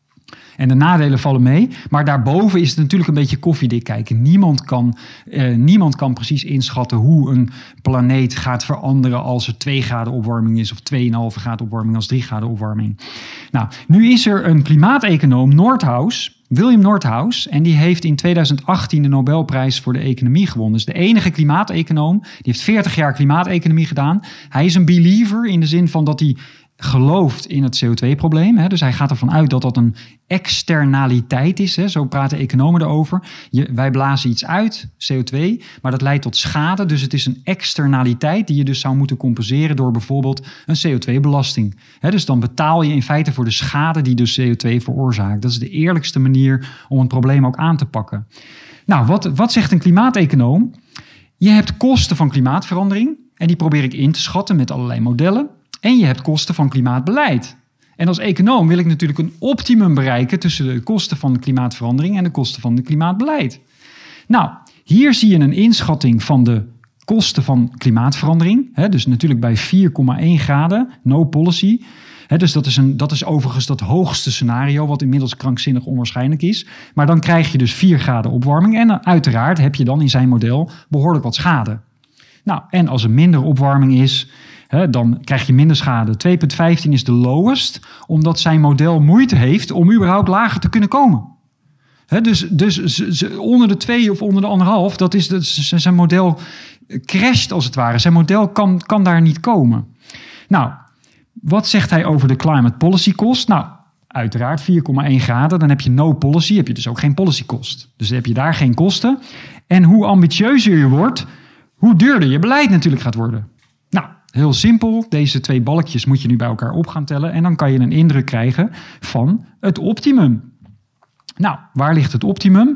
En de nadelen vallen mee. Maar daarboven is het natuurlijk een beetje koffiedik kijken. Niemand kan, eh, niemand kan precies inschatten hoe een planeet gaat veranderen als er twee graden opwarming is. Of twee komma vijf graden opwarming als drie graden opwarming. Nou, nu is er een klimaateconoom, Nordhaus, William Nordhaus. En die heeft in tweeduizend achttien de Nobelprijs voor de economie gewonnen. Dus de enige klimaateconoom. Die heeft veertig jaar klimaateconomie gedaan. Hij is een believer in de zin van dat hij gelooft in het C O twee probleem. Hè? Dus hij gaat ervan uit dat dat een externaliteit is. Hè? Zo praten economen erover. Je, wij blazen iets uit, C O twee, maar dat leidt tot schade. Dus het is een externaliteit die je dus zou moeten compenseren door bijvoorbeeld een C O twee belasting. Hè? Dus dan betaal je in feite voor de schade die dus C O twee veroorzaakt. Dat is de eerlijkste manier om een probleem ook aan te pakken. Nou, wat, wat zegt een klimaateconoom? Je hebt kosten van klimaatverandering en die probeer ik in te schatten met allerlei modellen. En je hebt kosten van klimaatbeleid. En als econoom wil ik natuurlijk een optimum bereiken tussen de kosten van de klimaatverandering en de kosten van het klimaatbeleid. Nou, hier zie je een inschatting van de kosten van klimaatverandering. Hè, dus natuurlijk bij vier komma één graden, no policy. Hè, dus dat is, een, dat is overigens dat hoogste scenario, wat inmiddels krankzinnig onwaarschijnlijk is. Maar dan krijg je dus vier graden opwarming. En uiteraard heb je dan in zijn model behoorlijk wat schade. Nou, en als er minder opwarming is, He, dan krijg je minder schade. twee komma vijftien is de lowest, omdat zijn model moeite heeft om überhaupt lager te kunnen komen. He, dus dus z, z, onder de twee of onder de anderhalf, dat is dat zijn model crasht als het ware. Zijn model kan, kan daar niet komen. Nou, wat zegt hij over de climate policy cost? Nou, uiteraard vier komma één graden, dan heb je no policy, heb je dus ook geen policy cost. Dus dan heb je daar geen kosten. En hoe ambitieuzer je wordt, hoe duurder je beleid natuurlijk gaat worden. Nou, heel simpel, deze twee balkjes moet je nu bij elkaar op gaan tellen en dan kan je een indruk krijgen van het optimum. Nou, waar ligt het optimum?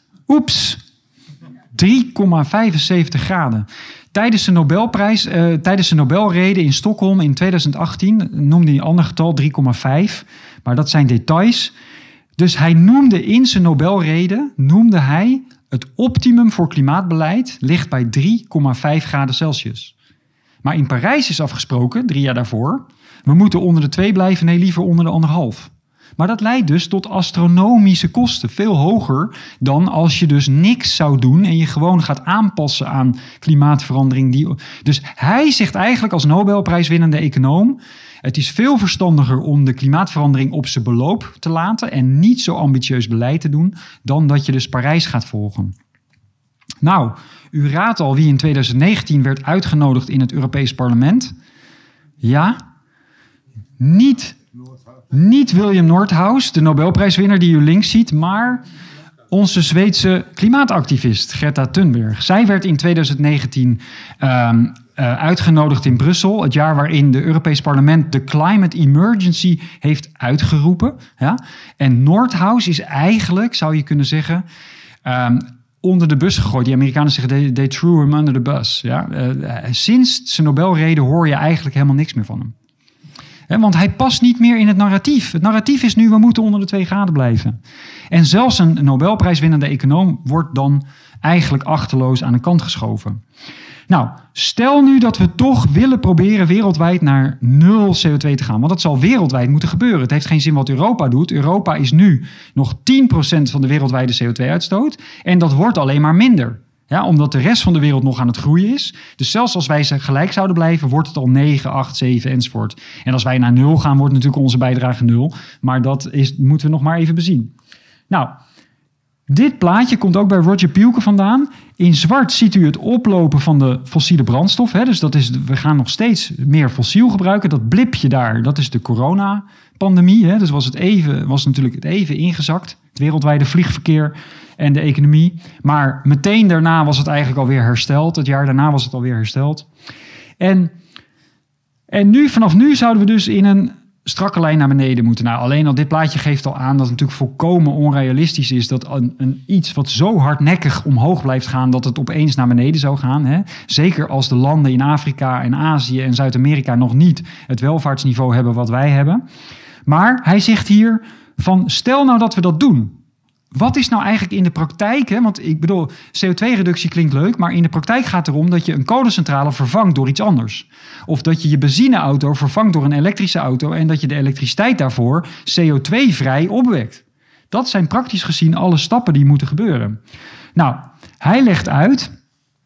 Oeps, drie komma vijfenzeventig graden. Tijdens de Nobelprijs, uh, tijdens de Nobelrede in Stockholm in tweeduizend achttien noemde hij een ander getal, drie komma vijf, maar dat zijn details. Dus hij noemde in zijn Nobelrede, noemde hij het optimum voor klimaatbeleid ligt bij drie komma vijf graden Celsius. Maar in Parijs is afgesproken, drie jaar daarvoor, we moeten onder de twee blijven, nee, liever onder de anderhalf. Maar dat leidt dus tot astronomische kosten, veel hoger dan als je dus niks zou doen en je gewoon gaat aanpassen aan klimaatverandering. Die... Dus hij zegt eigenlijk als Nobelprijswinnende econoom, het is veel verstandiger om de klimaatverandering op zijn beloop te laten en niet zo ambitieus beleid te doen dan dat je dus Parijs gaat volgen. Nou, u raadt al wie in tweeduizend negentien werd uitgenodigd in het Europees Parlement. Ja, niet, niet William Nordhaus, de Nobelprijswinnaar die u links ziet, maar onze Zweedse klimaatactivist Greta Thunberg. Zij werd in twintig negentien um, uh, uitgenodigd in Brussel. Het jaar waarin de Europees Parlement de Climate Emergency heeft uitgeroepen. Ja? En Nordhaus is eigenlijk, zou je kunnen zeggen, Um, onder de bus gegooid. Die Amerikanen zeggen, they, they threw him under the bus. Ja? Uh, sinds zijn Nobelrede hoor je eigenlijk helemaal niks meer van hem. He, want hij past niet meer in het narratief. Het narratief is nu, we moeten onder de twee graden blijven. En zelfs een Nobelprijswinnende econoom wordt dan eigenlijk achterloos aan de kant geschoven. Nou, stel nu dat we toch willen proberen wereldwijd naar nul C O twee te gaan. Want dat zal wereldwijd moeten gebeuren. Het heeft geen zin wat Europa doet. Europa is nu nog tien procent van de wereldwijde C O twee uitstoot. En dat wordt alleen maar minder. Ja, omdat de rest van de wereld nog aan het groeien is. Dus zelfs als wij gelijk zouden blijven, wordt het al negen, acht, zeven enzovoort. En als wij naar nul gaan, wordt natuurlijk onze bijdrage nul. Maar dat is, moeten we nog maar even bezien. Nou, dit plaatje komt ook bij Roger Pielke vandaan. In zwart ziet u het oplopen van de fossiele brandstof. Hè? Dus dat is, we gaan nog steeds meer fossiel gebruiken. Dat blipje daar, dat is de coronapandemie. Hè? Dus was het even, was natuurlijk het even ingezakt. Het wereldwijde vliegverkeer en de economie. Maar meteen daarna was het eigenlijk alweer hersteld. Het jaar daarna was het alweer hersteld. En, en nu, vanaf nu zouden we dus in een strakke lijn naar beneden moeten. Nou, alleen al dit plaatje geeft al aan dat het natuurlijk volkomen onrealistisch is dat een, een iets wat zo hardnekkig omhoog blijft gaan, dat het opeens naar beneden zou gaan. Hè? Zeker als de landen in Afrika en Azië en Zuid-Amerika nog niet het welvaartsniveau hebben wat wij hebben. Maar hij zegt hier van, stel nou dat we dat doen. Wat is nou eigenlijk in de praktijk? Hè? Want ik bedoel, C O twee reductie klinkt leuk, maar in de praktijk gaat het erom dat je een kolencentrale vervangt door iets anders. Of dat je je benzineauto vervangt door een elektrische auto en dat je de elektriciteit daarvoor C O twee vrij opwekt. Dat zijn praktisch gezien alle stappen die moeten gebeuren. Nou, hij legt uit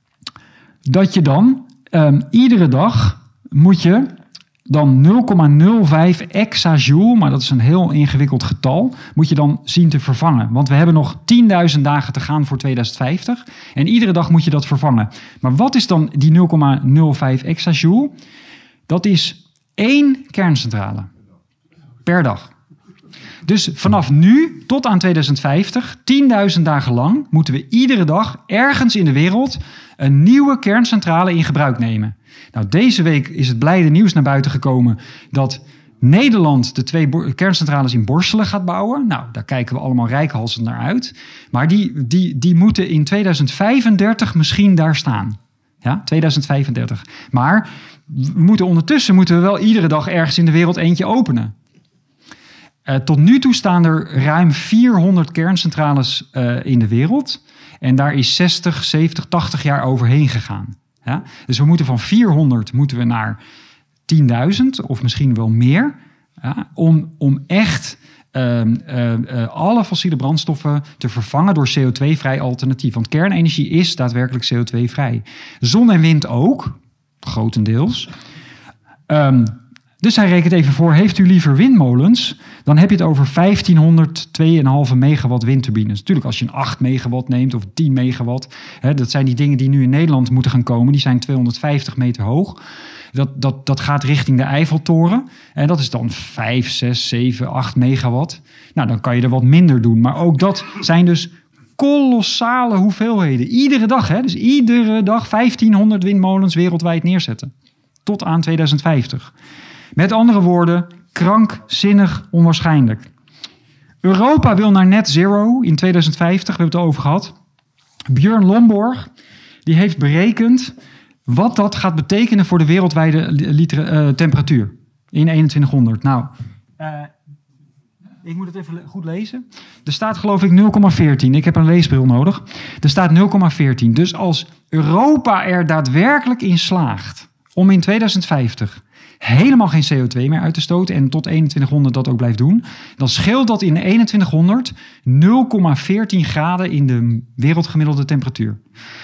dat je dan um, iedere dag moet je dan nul komma nul vijf exajoule, maar dat is een heel ingewikkeld getal, moet je dan zien te vervangen. Want we hebben nog tienduizend dagen te gaan voor tweeduizend vijftig en iedere dag moet je dat vervangen. Maar wat is dan die nul komma nul vijf exajoule? Dat is één kerncentrale per dag. Dus vanaf nu tot aan tweeduizend vijftig, tienduizend dagen lang, moeten we iedere dag ergens in de wereld een nieuwe kerncentrale in gebruik nemen. Nou, deze week is het blijde nieuws naar buiten gekomen dat Nederland de twee bo- kerncentrales in Borselen gaat bouwen. Nou, daar kijken we allemaal reikhalzend naar uit. Maar die, die, die moeten in tweeduizend vijfendertig misschien daar staan. Ja, tweeduizend vijfendertig. Maar we moeten ondertussen moeten we wel iedere dag ergens in de wereld eentje openen. Uh, tot nu toe staan er ruim vierhonderd kerncentrales uh, in de wereld. En daar is zestig, zeventig, tachtig jaar overheen gegaan. Ja? Dus we moeten van vierhonderd moeten we naar tienduizend of misschien wel meer. Ja? Om, om echt uh, uh, uh, alle fossiele brandstoffen te vervangen door C O twee vrij alternatief. Want kernenergie is daadwerkelijk C O twee vrij. Zon en wind ook, grotendeels. Um, Dus hij rekent even voor, heeft u liever windmolens? Dan heb je het over vijftienhonderdtwee komma vijf megawatt windturbines. Natuurlijk als je een acht megawatt neemt of tien megawatt. Hè, dat zijn die dingen die nu in Nederland moeten gaan komen. Die zijn tweehonderdvijftig meter hoog. Dat, dat, dat gaat richting de Eiffeltoren. En dat is dan vijf, zes, zeven, acht megawatt. Nou, dan kan je er wat minder doen. Maar ook dat zijn dus kolossale hoeveelheden. Iedere dag, hè? Dus iedere dag vijftienhonderd windmolens wereldwijd neerzetten. Tot aan tweeduizend vijftig. Met andere woorden, krankzinnig onwaarschijnlijk. Europa wil naar net zero in tweeduizend vijftig, we hebben het over gehad. Björn Lomborg die heeft berekend wat dat gaat betekenen voor de wereldwijde liter, uh, temperatuur in eenentwintighonderd. Nou, uh, ik moet het even goed lezen. Er staat geloof ik nul komma veertien. Ik heb een leesbril nodig. Er staat nul komma veertien. Dus als Europa er daadwerkelijk in slaagt om in tweeduizend vijftig helemaal geen C O twee meer uit te stoten en tot eenentwintighonderd dat ook blijft doen, dan scheelt dat in eenentwintighonderd nul komma veertien graden in de wereldgemiddelde temperatuur.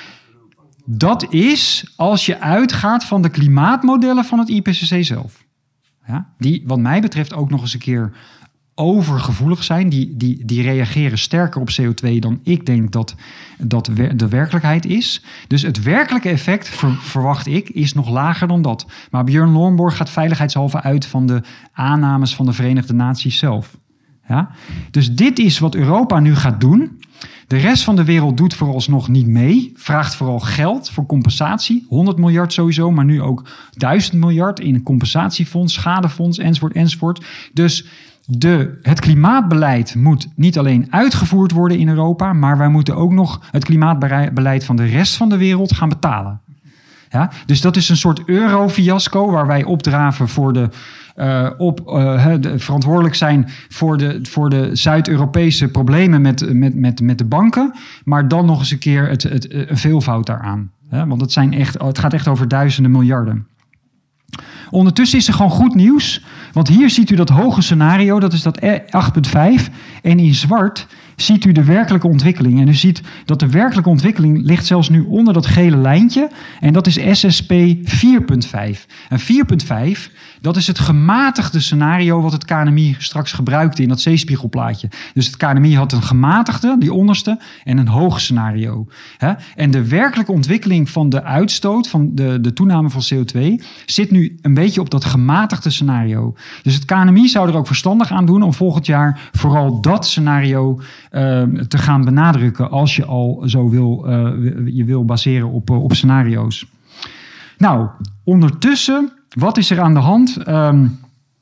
Dat is als je uitgaat van de klimaatmodellen van het I P C C zelf. Ja, die wat mij betreft ook nog eens een keer overgevoelig zijn. Die, die, die reageren sterker op C O twee dan ik denk dat dat de werkelijkheid is. Dus het werkelijke effect, ver, verwacht ik, is nog lager dan dat. Maar Björn Lomborg gaat veiligheidshalve uit van de aannames van de Verenigde Naties zelf. Ja? Dus dit is wat Europa nu gaat doen. De rest van de wereld doet vooralsnog niet mee. Vraagt vooral geld voor compensatie. honderd miljard sowieso, maar nu ook duizend miljard in een compensatiefonds, schadefonds, enzovoort, enzovoort. Dus de, het klimaatbeleid moet niet alleen uitgevoerd worden in Europa, maar wij moeten ook nog het klimaatbeleid van de rest van de wereld gaan betalen. Ja, dus dat is een soort euro-fiasco waar wij opdraven voor de, uh, op, uh, de verantwoordelijk zijn voor de, voor de Zuid-Europese problemen met, met, met, met de banken, maar dan nog eens een keer het, het, een veelvoud daaraan. Ja, want het, zijn echt, het gaat echt over duizenden miljarden. Ondertussen is er gewoon goed nieuws, want hier ziet u dat hoge scenario, dat is dat acht punt vijf, en in zwart ziet u de werkelijke ontwikkeling. En u ziet dat de werkelijke ontwikkeling ligt zelfs nu onder dat gele lijntje. En dat is S S P vier punt vijf. En vier punt vijf, dat is het gematigde scenario wat het K N M I straks gebruikte in dat zeespiegelplaatje. Dus het K N M I had een gematigde, die onderste, en een hoog scenario. En de werkelijke ontwikkeling van de uitstoot, van de, de toename van C O twee, zit nu een beetje op dat gematigde scenario. Dus het K N M I zou er ook verstandig aan doen om volgend jaar vooral dat scenario Uh, te gaan benadrukken als je al zo wil, uh, je wil baseren op, uh, op scenario's. Nou, ondertussen, wat is er aan de hand um,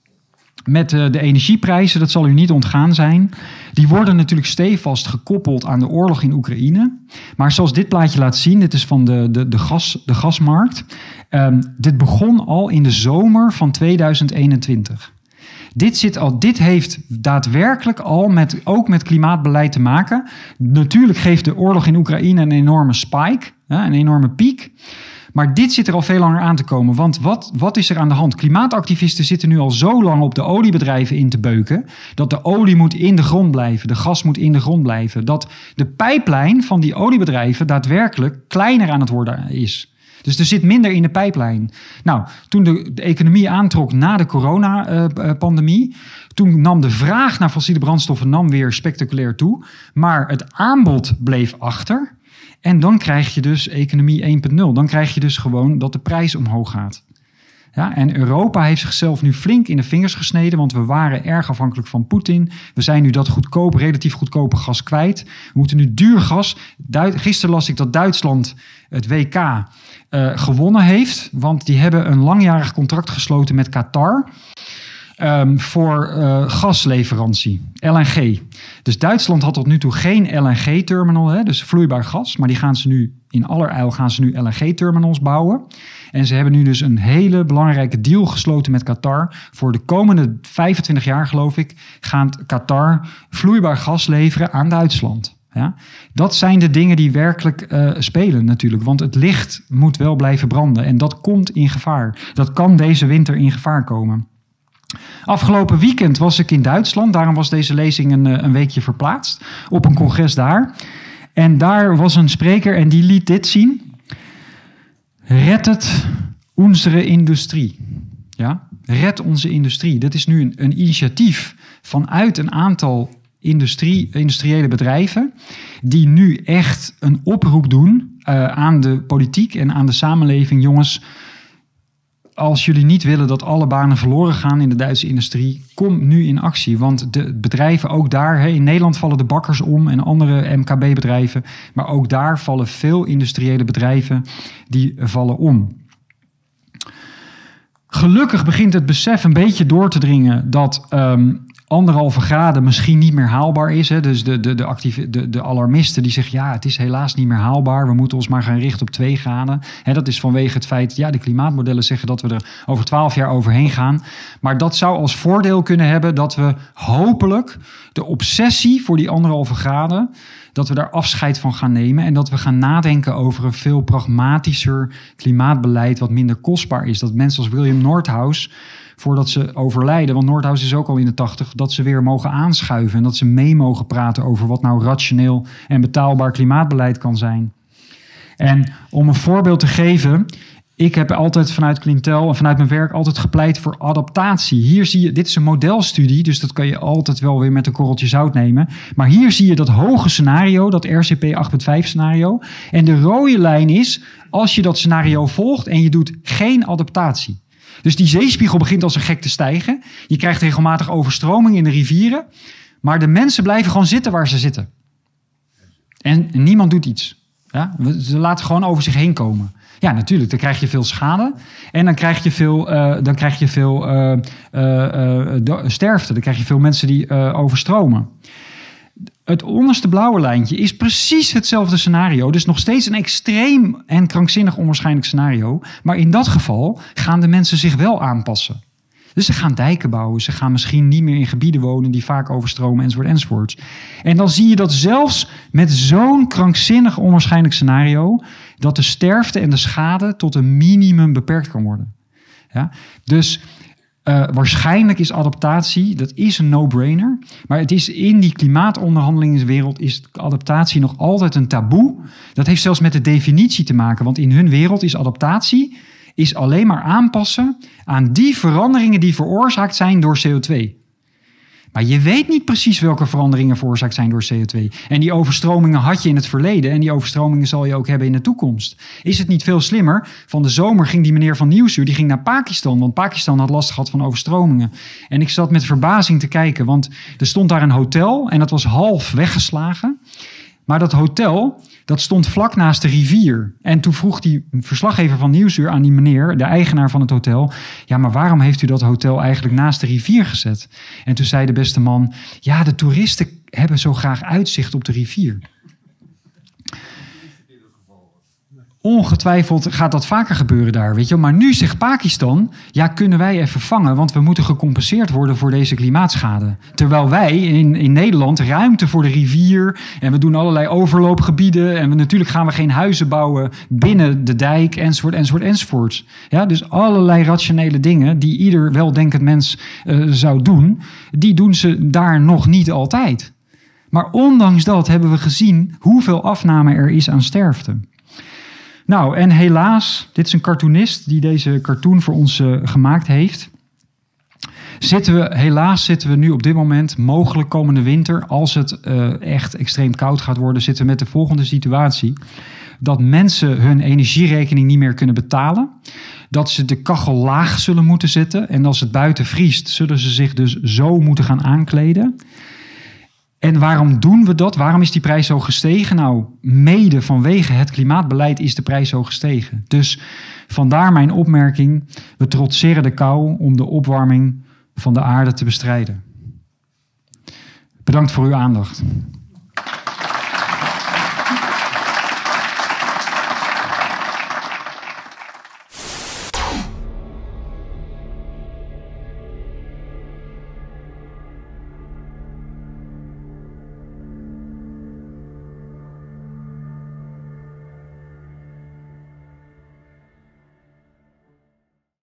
met uh, de energieprijzen? Dat zal u niet ontgaan zijn. Die worden natuurlijk stevast gekoppeld aan de oorlog in Oekraïne. Maar zoals dit plaatje laat zien, dit is van de, de, de, gas, de gasmarkt. Um, dit begon al in de zomer van tweeduizend eenentwintig. Dit, zit al, dit heeft daadwerkelijk al met, ook met klimaatbeleid te maken. Natuurlijk geeft de oorlog in Oekraïne een enorme spike, een enorme piek. Maar dit zit er al veel langer aan te komen. Want wat, wat is er aan de hand? Klimaatactivisten zitten nu al zo lang op de oliebedrijven in te beuken, dat de olie moet in de grond blijven, de gas moet in de grond blijven. Dat de pijplijn van die oliebedrijven daadwerkelijk kleiner aan het worden is. Dus er zit minder in de pijplijn. Nou, toen de, de economie aantrok na de coronapandemie, uh, toen nam de vraag naar fossiele brandstoffen nam weer spectaculair toe. Maar het aanbod bleef achter. En dan krijg je dus economie één punt nul. Dan krijg je dus gewoon dat de prijs omhoog gaat. Ja, en Europa heeft zichzelf nu flink in de vingers gesneden, want we waren erg afhankelijk van Poetin. We zijn nu dat goedkoop, relatief goedkope gas kwijt. We moeten nu duur gas. Duit, gisteren las ik dat Duitsland het W K uh, gewonnen heeft, want die hebben een langjarig contract gesloten met Qatar um, voor uh, gasleverantie, L N G. Dus Duitsland had tot nu toe geen L N G-terminal, hè, dus vloeibaar gas, maar die gaan ze nu in allerijl gaan ze nu L N G-terminals bouwen. En ze hebben nu dus een hele belangrijke deal gesloten met Qatar. Voor de komende vijfentwintig jaar, geloof ik, gaat Qatar vloeibaar gas leveren aan Duitsland. Ja? Dat zijn de dingen die werkelijk uh, spelen natuurlijk. Want het licht moet wel blijven branden. En dat komt in gevaar. Dat kan deze winter in gevaar komen. Afgelopen weekend was ik in Duitsland. Daarom was deze lezing een, een weekje verplaatst. Op een congres daar. En daar was een spreker en die liet dit zien. Red onze industrie. Ja? Red onze industrie. Dat is nu een, een initiatief vanuit een aantal industrie, industriële bedrijven die nu echt een oproep doen uh, aan de politiek en aan de samenleving. Jongens, als jullie niet willen dat alle banen verloren gaan in de Duitse industrie, kom nu in actie. Want de bedrijven ook daar, hè, in Nederland vallen de bakkers om en andere M K B-bedrijven. Maar ook daar vallen veel industriële bedrijven die vallen om. Gelukkig begint het besef een beetje door te dringen dat um, anderhalve graden misschien niet meer haalbaar is. Hè. Dus de, de, de, actieve, de, de alarmisten die zeggen, ja, het is helaas niet meer haalbaar. We moeten ons maar gaan richten op twee graden. Hè, dat is vanwege het feit, ja, de klimaatmodellen zeggen dat we er over twaalf jaar overheen gaan. Maar dat zou als voordeel kunnen hebben dat we hopelijk de obsessie voor die anderhalve graden, dat we daar afscheid van gaan nemen en dat we gaan nadenken over een veel pragmatischer klimaatbeleid wat minder kostbaar is. Dat mensen als William Nordhaus, voordat ze overlijden, want Nordhaus is ook al in de tachtig, dat ze weer mogen aanschuiven en dat ze mee mogen praten over wat nou rationeel en betaalbaar klimaatbeleid kan zijn. En om een voorbeeld te geven, ik heb altijd vanuit Clintel en vanuit mijn werk altijd gepleit voor adaptatie. Hier zie je, dit is een modelstudie, dus dat kan je altijd wel weer met een korreltje zout nemen. Maar hier zie je dat hoge scenario, dat R C P acht punt vijf scenario. En de rode lijn is, als je dat scenario volgt en je doet geen adaptatie. Dus die zeespiegel begint als een gek te stijgen. Je krijgt regelmatig overstroming in de rivieren. Maar de mensen blijven gewoon zitten waar ze zitten. En niemand doet iets. Ja? Ze laten gewoon over zich heen komen. Ja, natuurlijk, dan krijg je veel schade. En dan krijg je veel, uh, dan krijg je veel uh, uh, uh, sterfte. Dan krijg je veel mensen die uh, overstromen. Het onderste blauwe lijntje is precies hetzelfde scenario. Dus nog steeds een extreem en krankzinnig onwaarschijnlijk scenario. Maar in dat geval gaan de mensen zich wel aanpassen. Dus ze gaan dijken bouwen. Ze gaan misschien niet meer in gebieden wonen die vaak overstromen enzovoort enzovoort. En dan zie je dat zelfs met zo'n krankzinnig onwaarschijnlijk scenario, dat de sterfte en de schade tot een minimum beperkt kan worden. Ja? Dus uh, waarschijnlijk is adaptatie, dat is een no-brainer. Maar het is in die klimaatonderhandelingswereld is adaptatie nog altijd een taboe. Dat heeft zelfs met de definitie te maken. Want in hun wereld is adaptatie is alleen maar aanpassen aan die veranderingen die veroorzaakt zijn door C O twee. Maar je weet niet precies welke veranderingen veroorzaakt zijn door C O twee. En die overstromingen had je in het verleden en die overstromingen zal je ook hebben in de toekomst. Is het niet veel slimmer? Van de zomer ging die meneer van Nieuwsuur, die ging naar Pakistan, want Pakistan had last gehad van overstromingen. En ik zat met verbazing te kijken, want er stond daar een hotel en dat was half weggeslagen. Maar dat hotel, dat stond vlak naast de rivier. En toen vroeg die verslaggever van Nieuwsuur aan die meneer, de eigenaar van het hotel, ja, maar waarom heeft u dat hotel eigenlijk naast de rivier gezet? En toen zei de beste man, ja, de toeristen hebben zo graag uitzicht op de rivier. Ongetwijfeld gaat dat vaker gebeuren daar, weet je. Maar nu zegt Pakistan, ja, kunnen wij even vangen, want we moeten gecompenseerd worden voor deze klimaatschade. Terwijl wij in, in Nederland ruimte voor de rivier en we doen allerlei overloopgebieden en we, natuurlijk gaan we geen huizen bouwen binnen de dijk, enzovoort, enzovoort, enzovoort. Ja, dus allerlei rationele dingen die ieder weldenkend mens uh, zou doen, die doen ze daar nog niet altijd. Maar ondanks dat hebben we gezien hoeveel afname er is aan sterfte. Nou, en helaas, dit is een cartoonist die deze cartoon voor ons uh, gemaakt heeft. Zitten we, helaas zitten we nu op dit moment, mogelijk komende winter, als het uh, echt extreem koud gaat worden, zitten we met de volgende situatie. Dat mensen hun energierekening niet meer kunnen betalen. Dat ze de kachel laag zullen moeten zetten. En als het buiten vriest, zullen ze zich dus zo moeten gaan aankleden. En waarom doen we dat? Waarom is die prijs zo gestegen? Nou, mede vanwege het klimaatbeleid is de prijs zo gestegen. Dus vandaar mijn opmerking, we trotseren de kou om de opwarming van de aarde te bestrijden. Bedankt voor uw aandacht.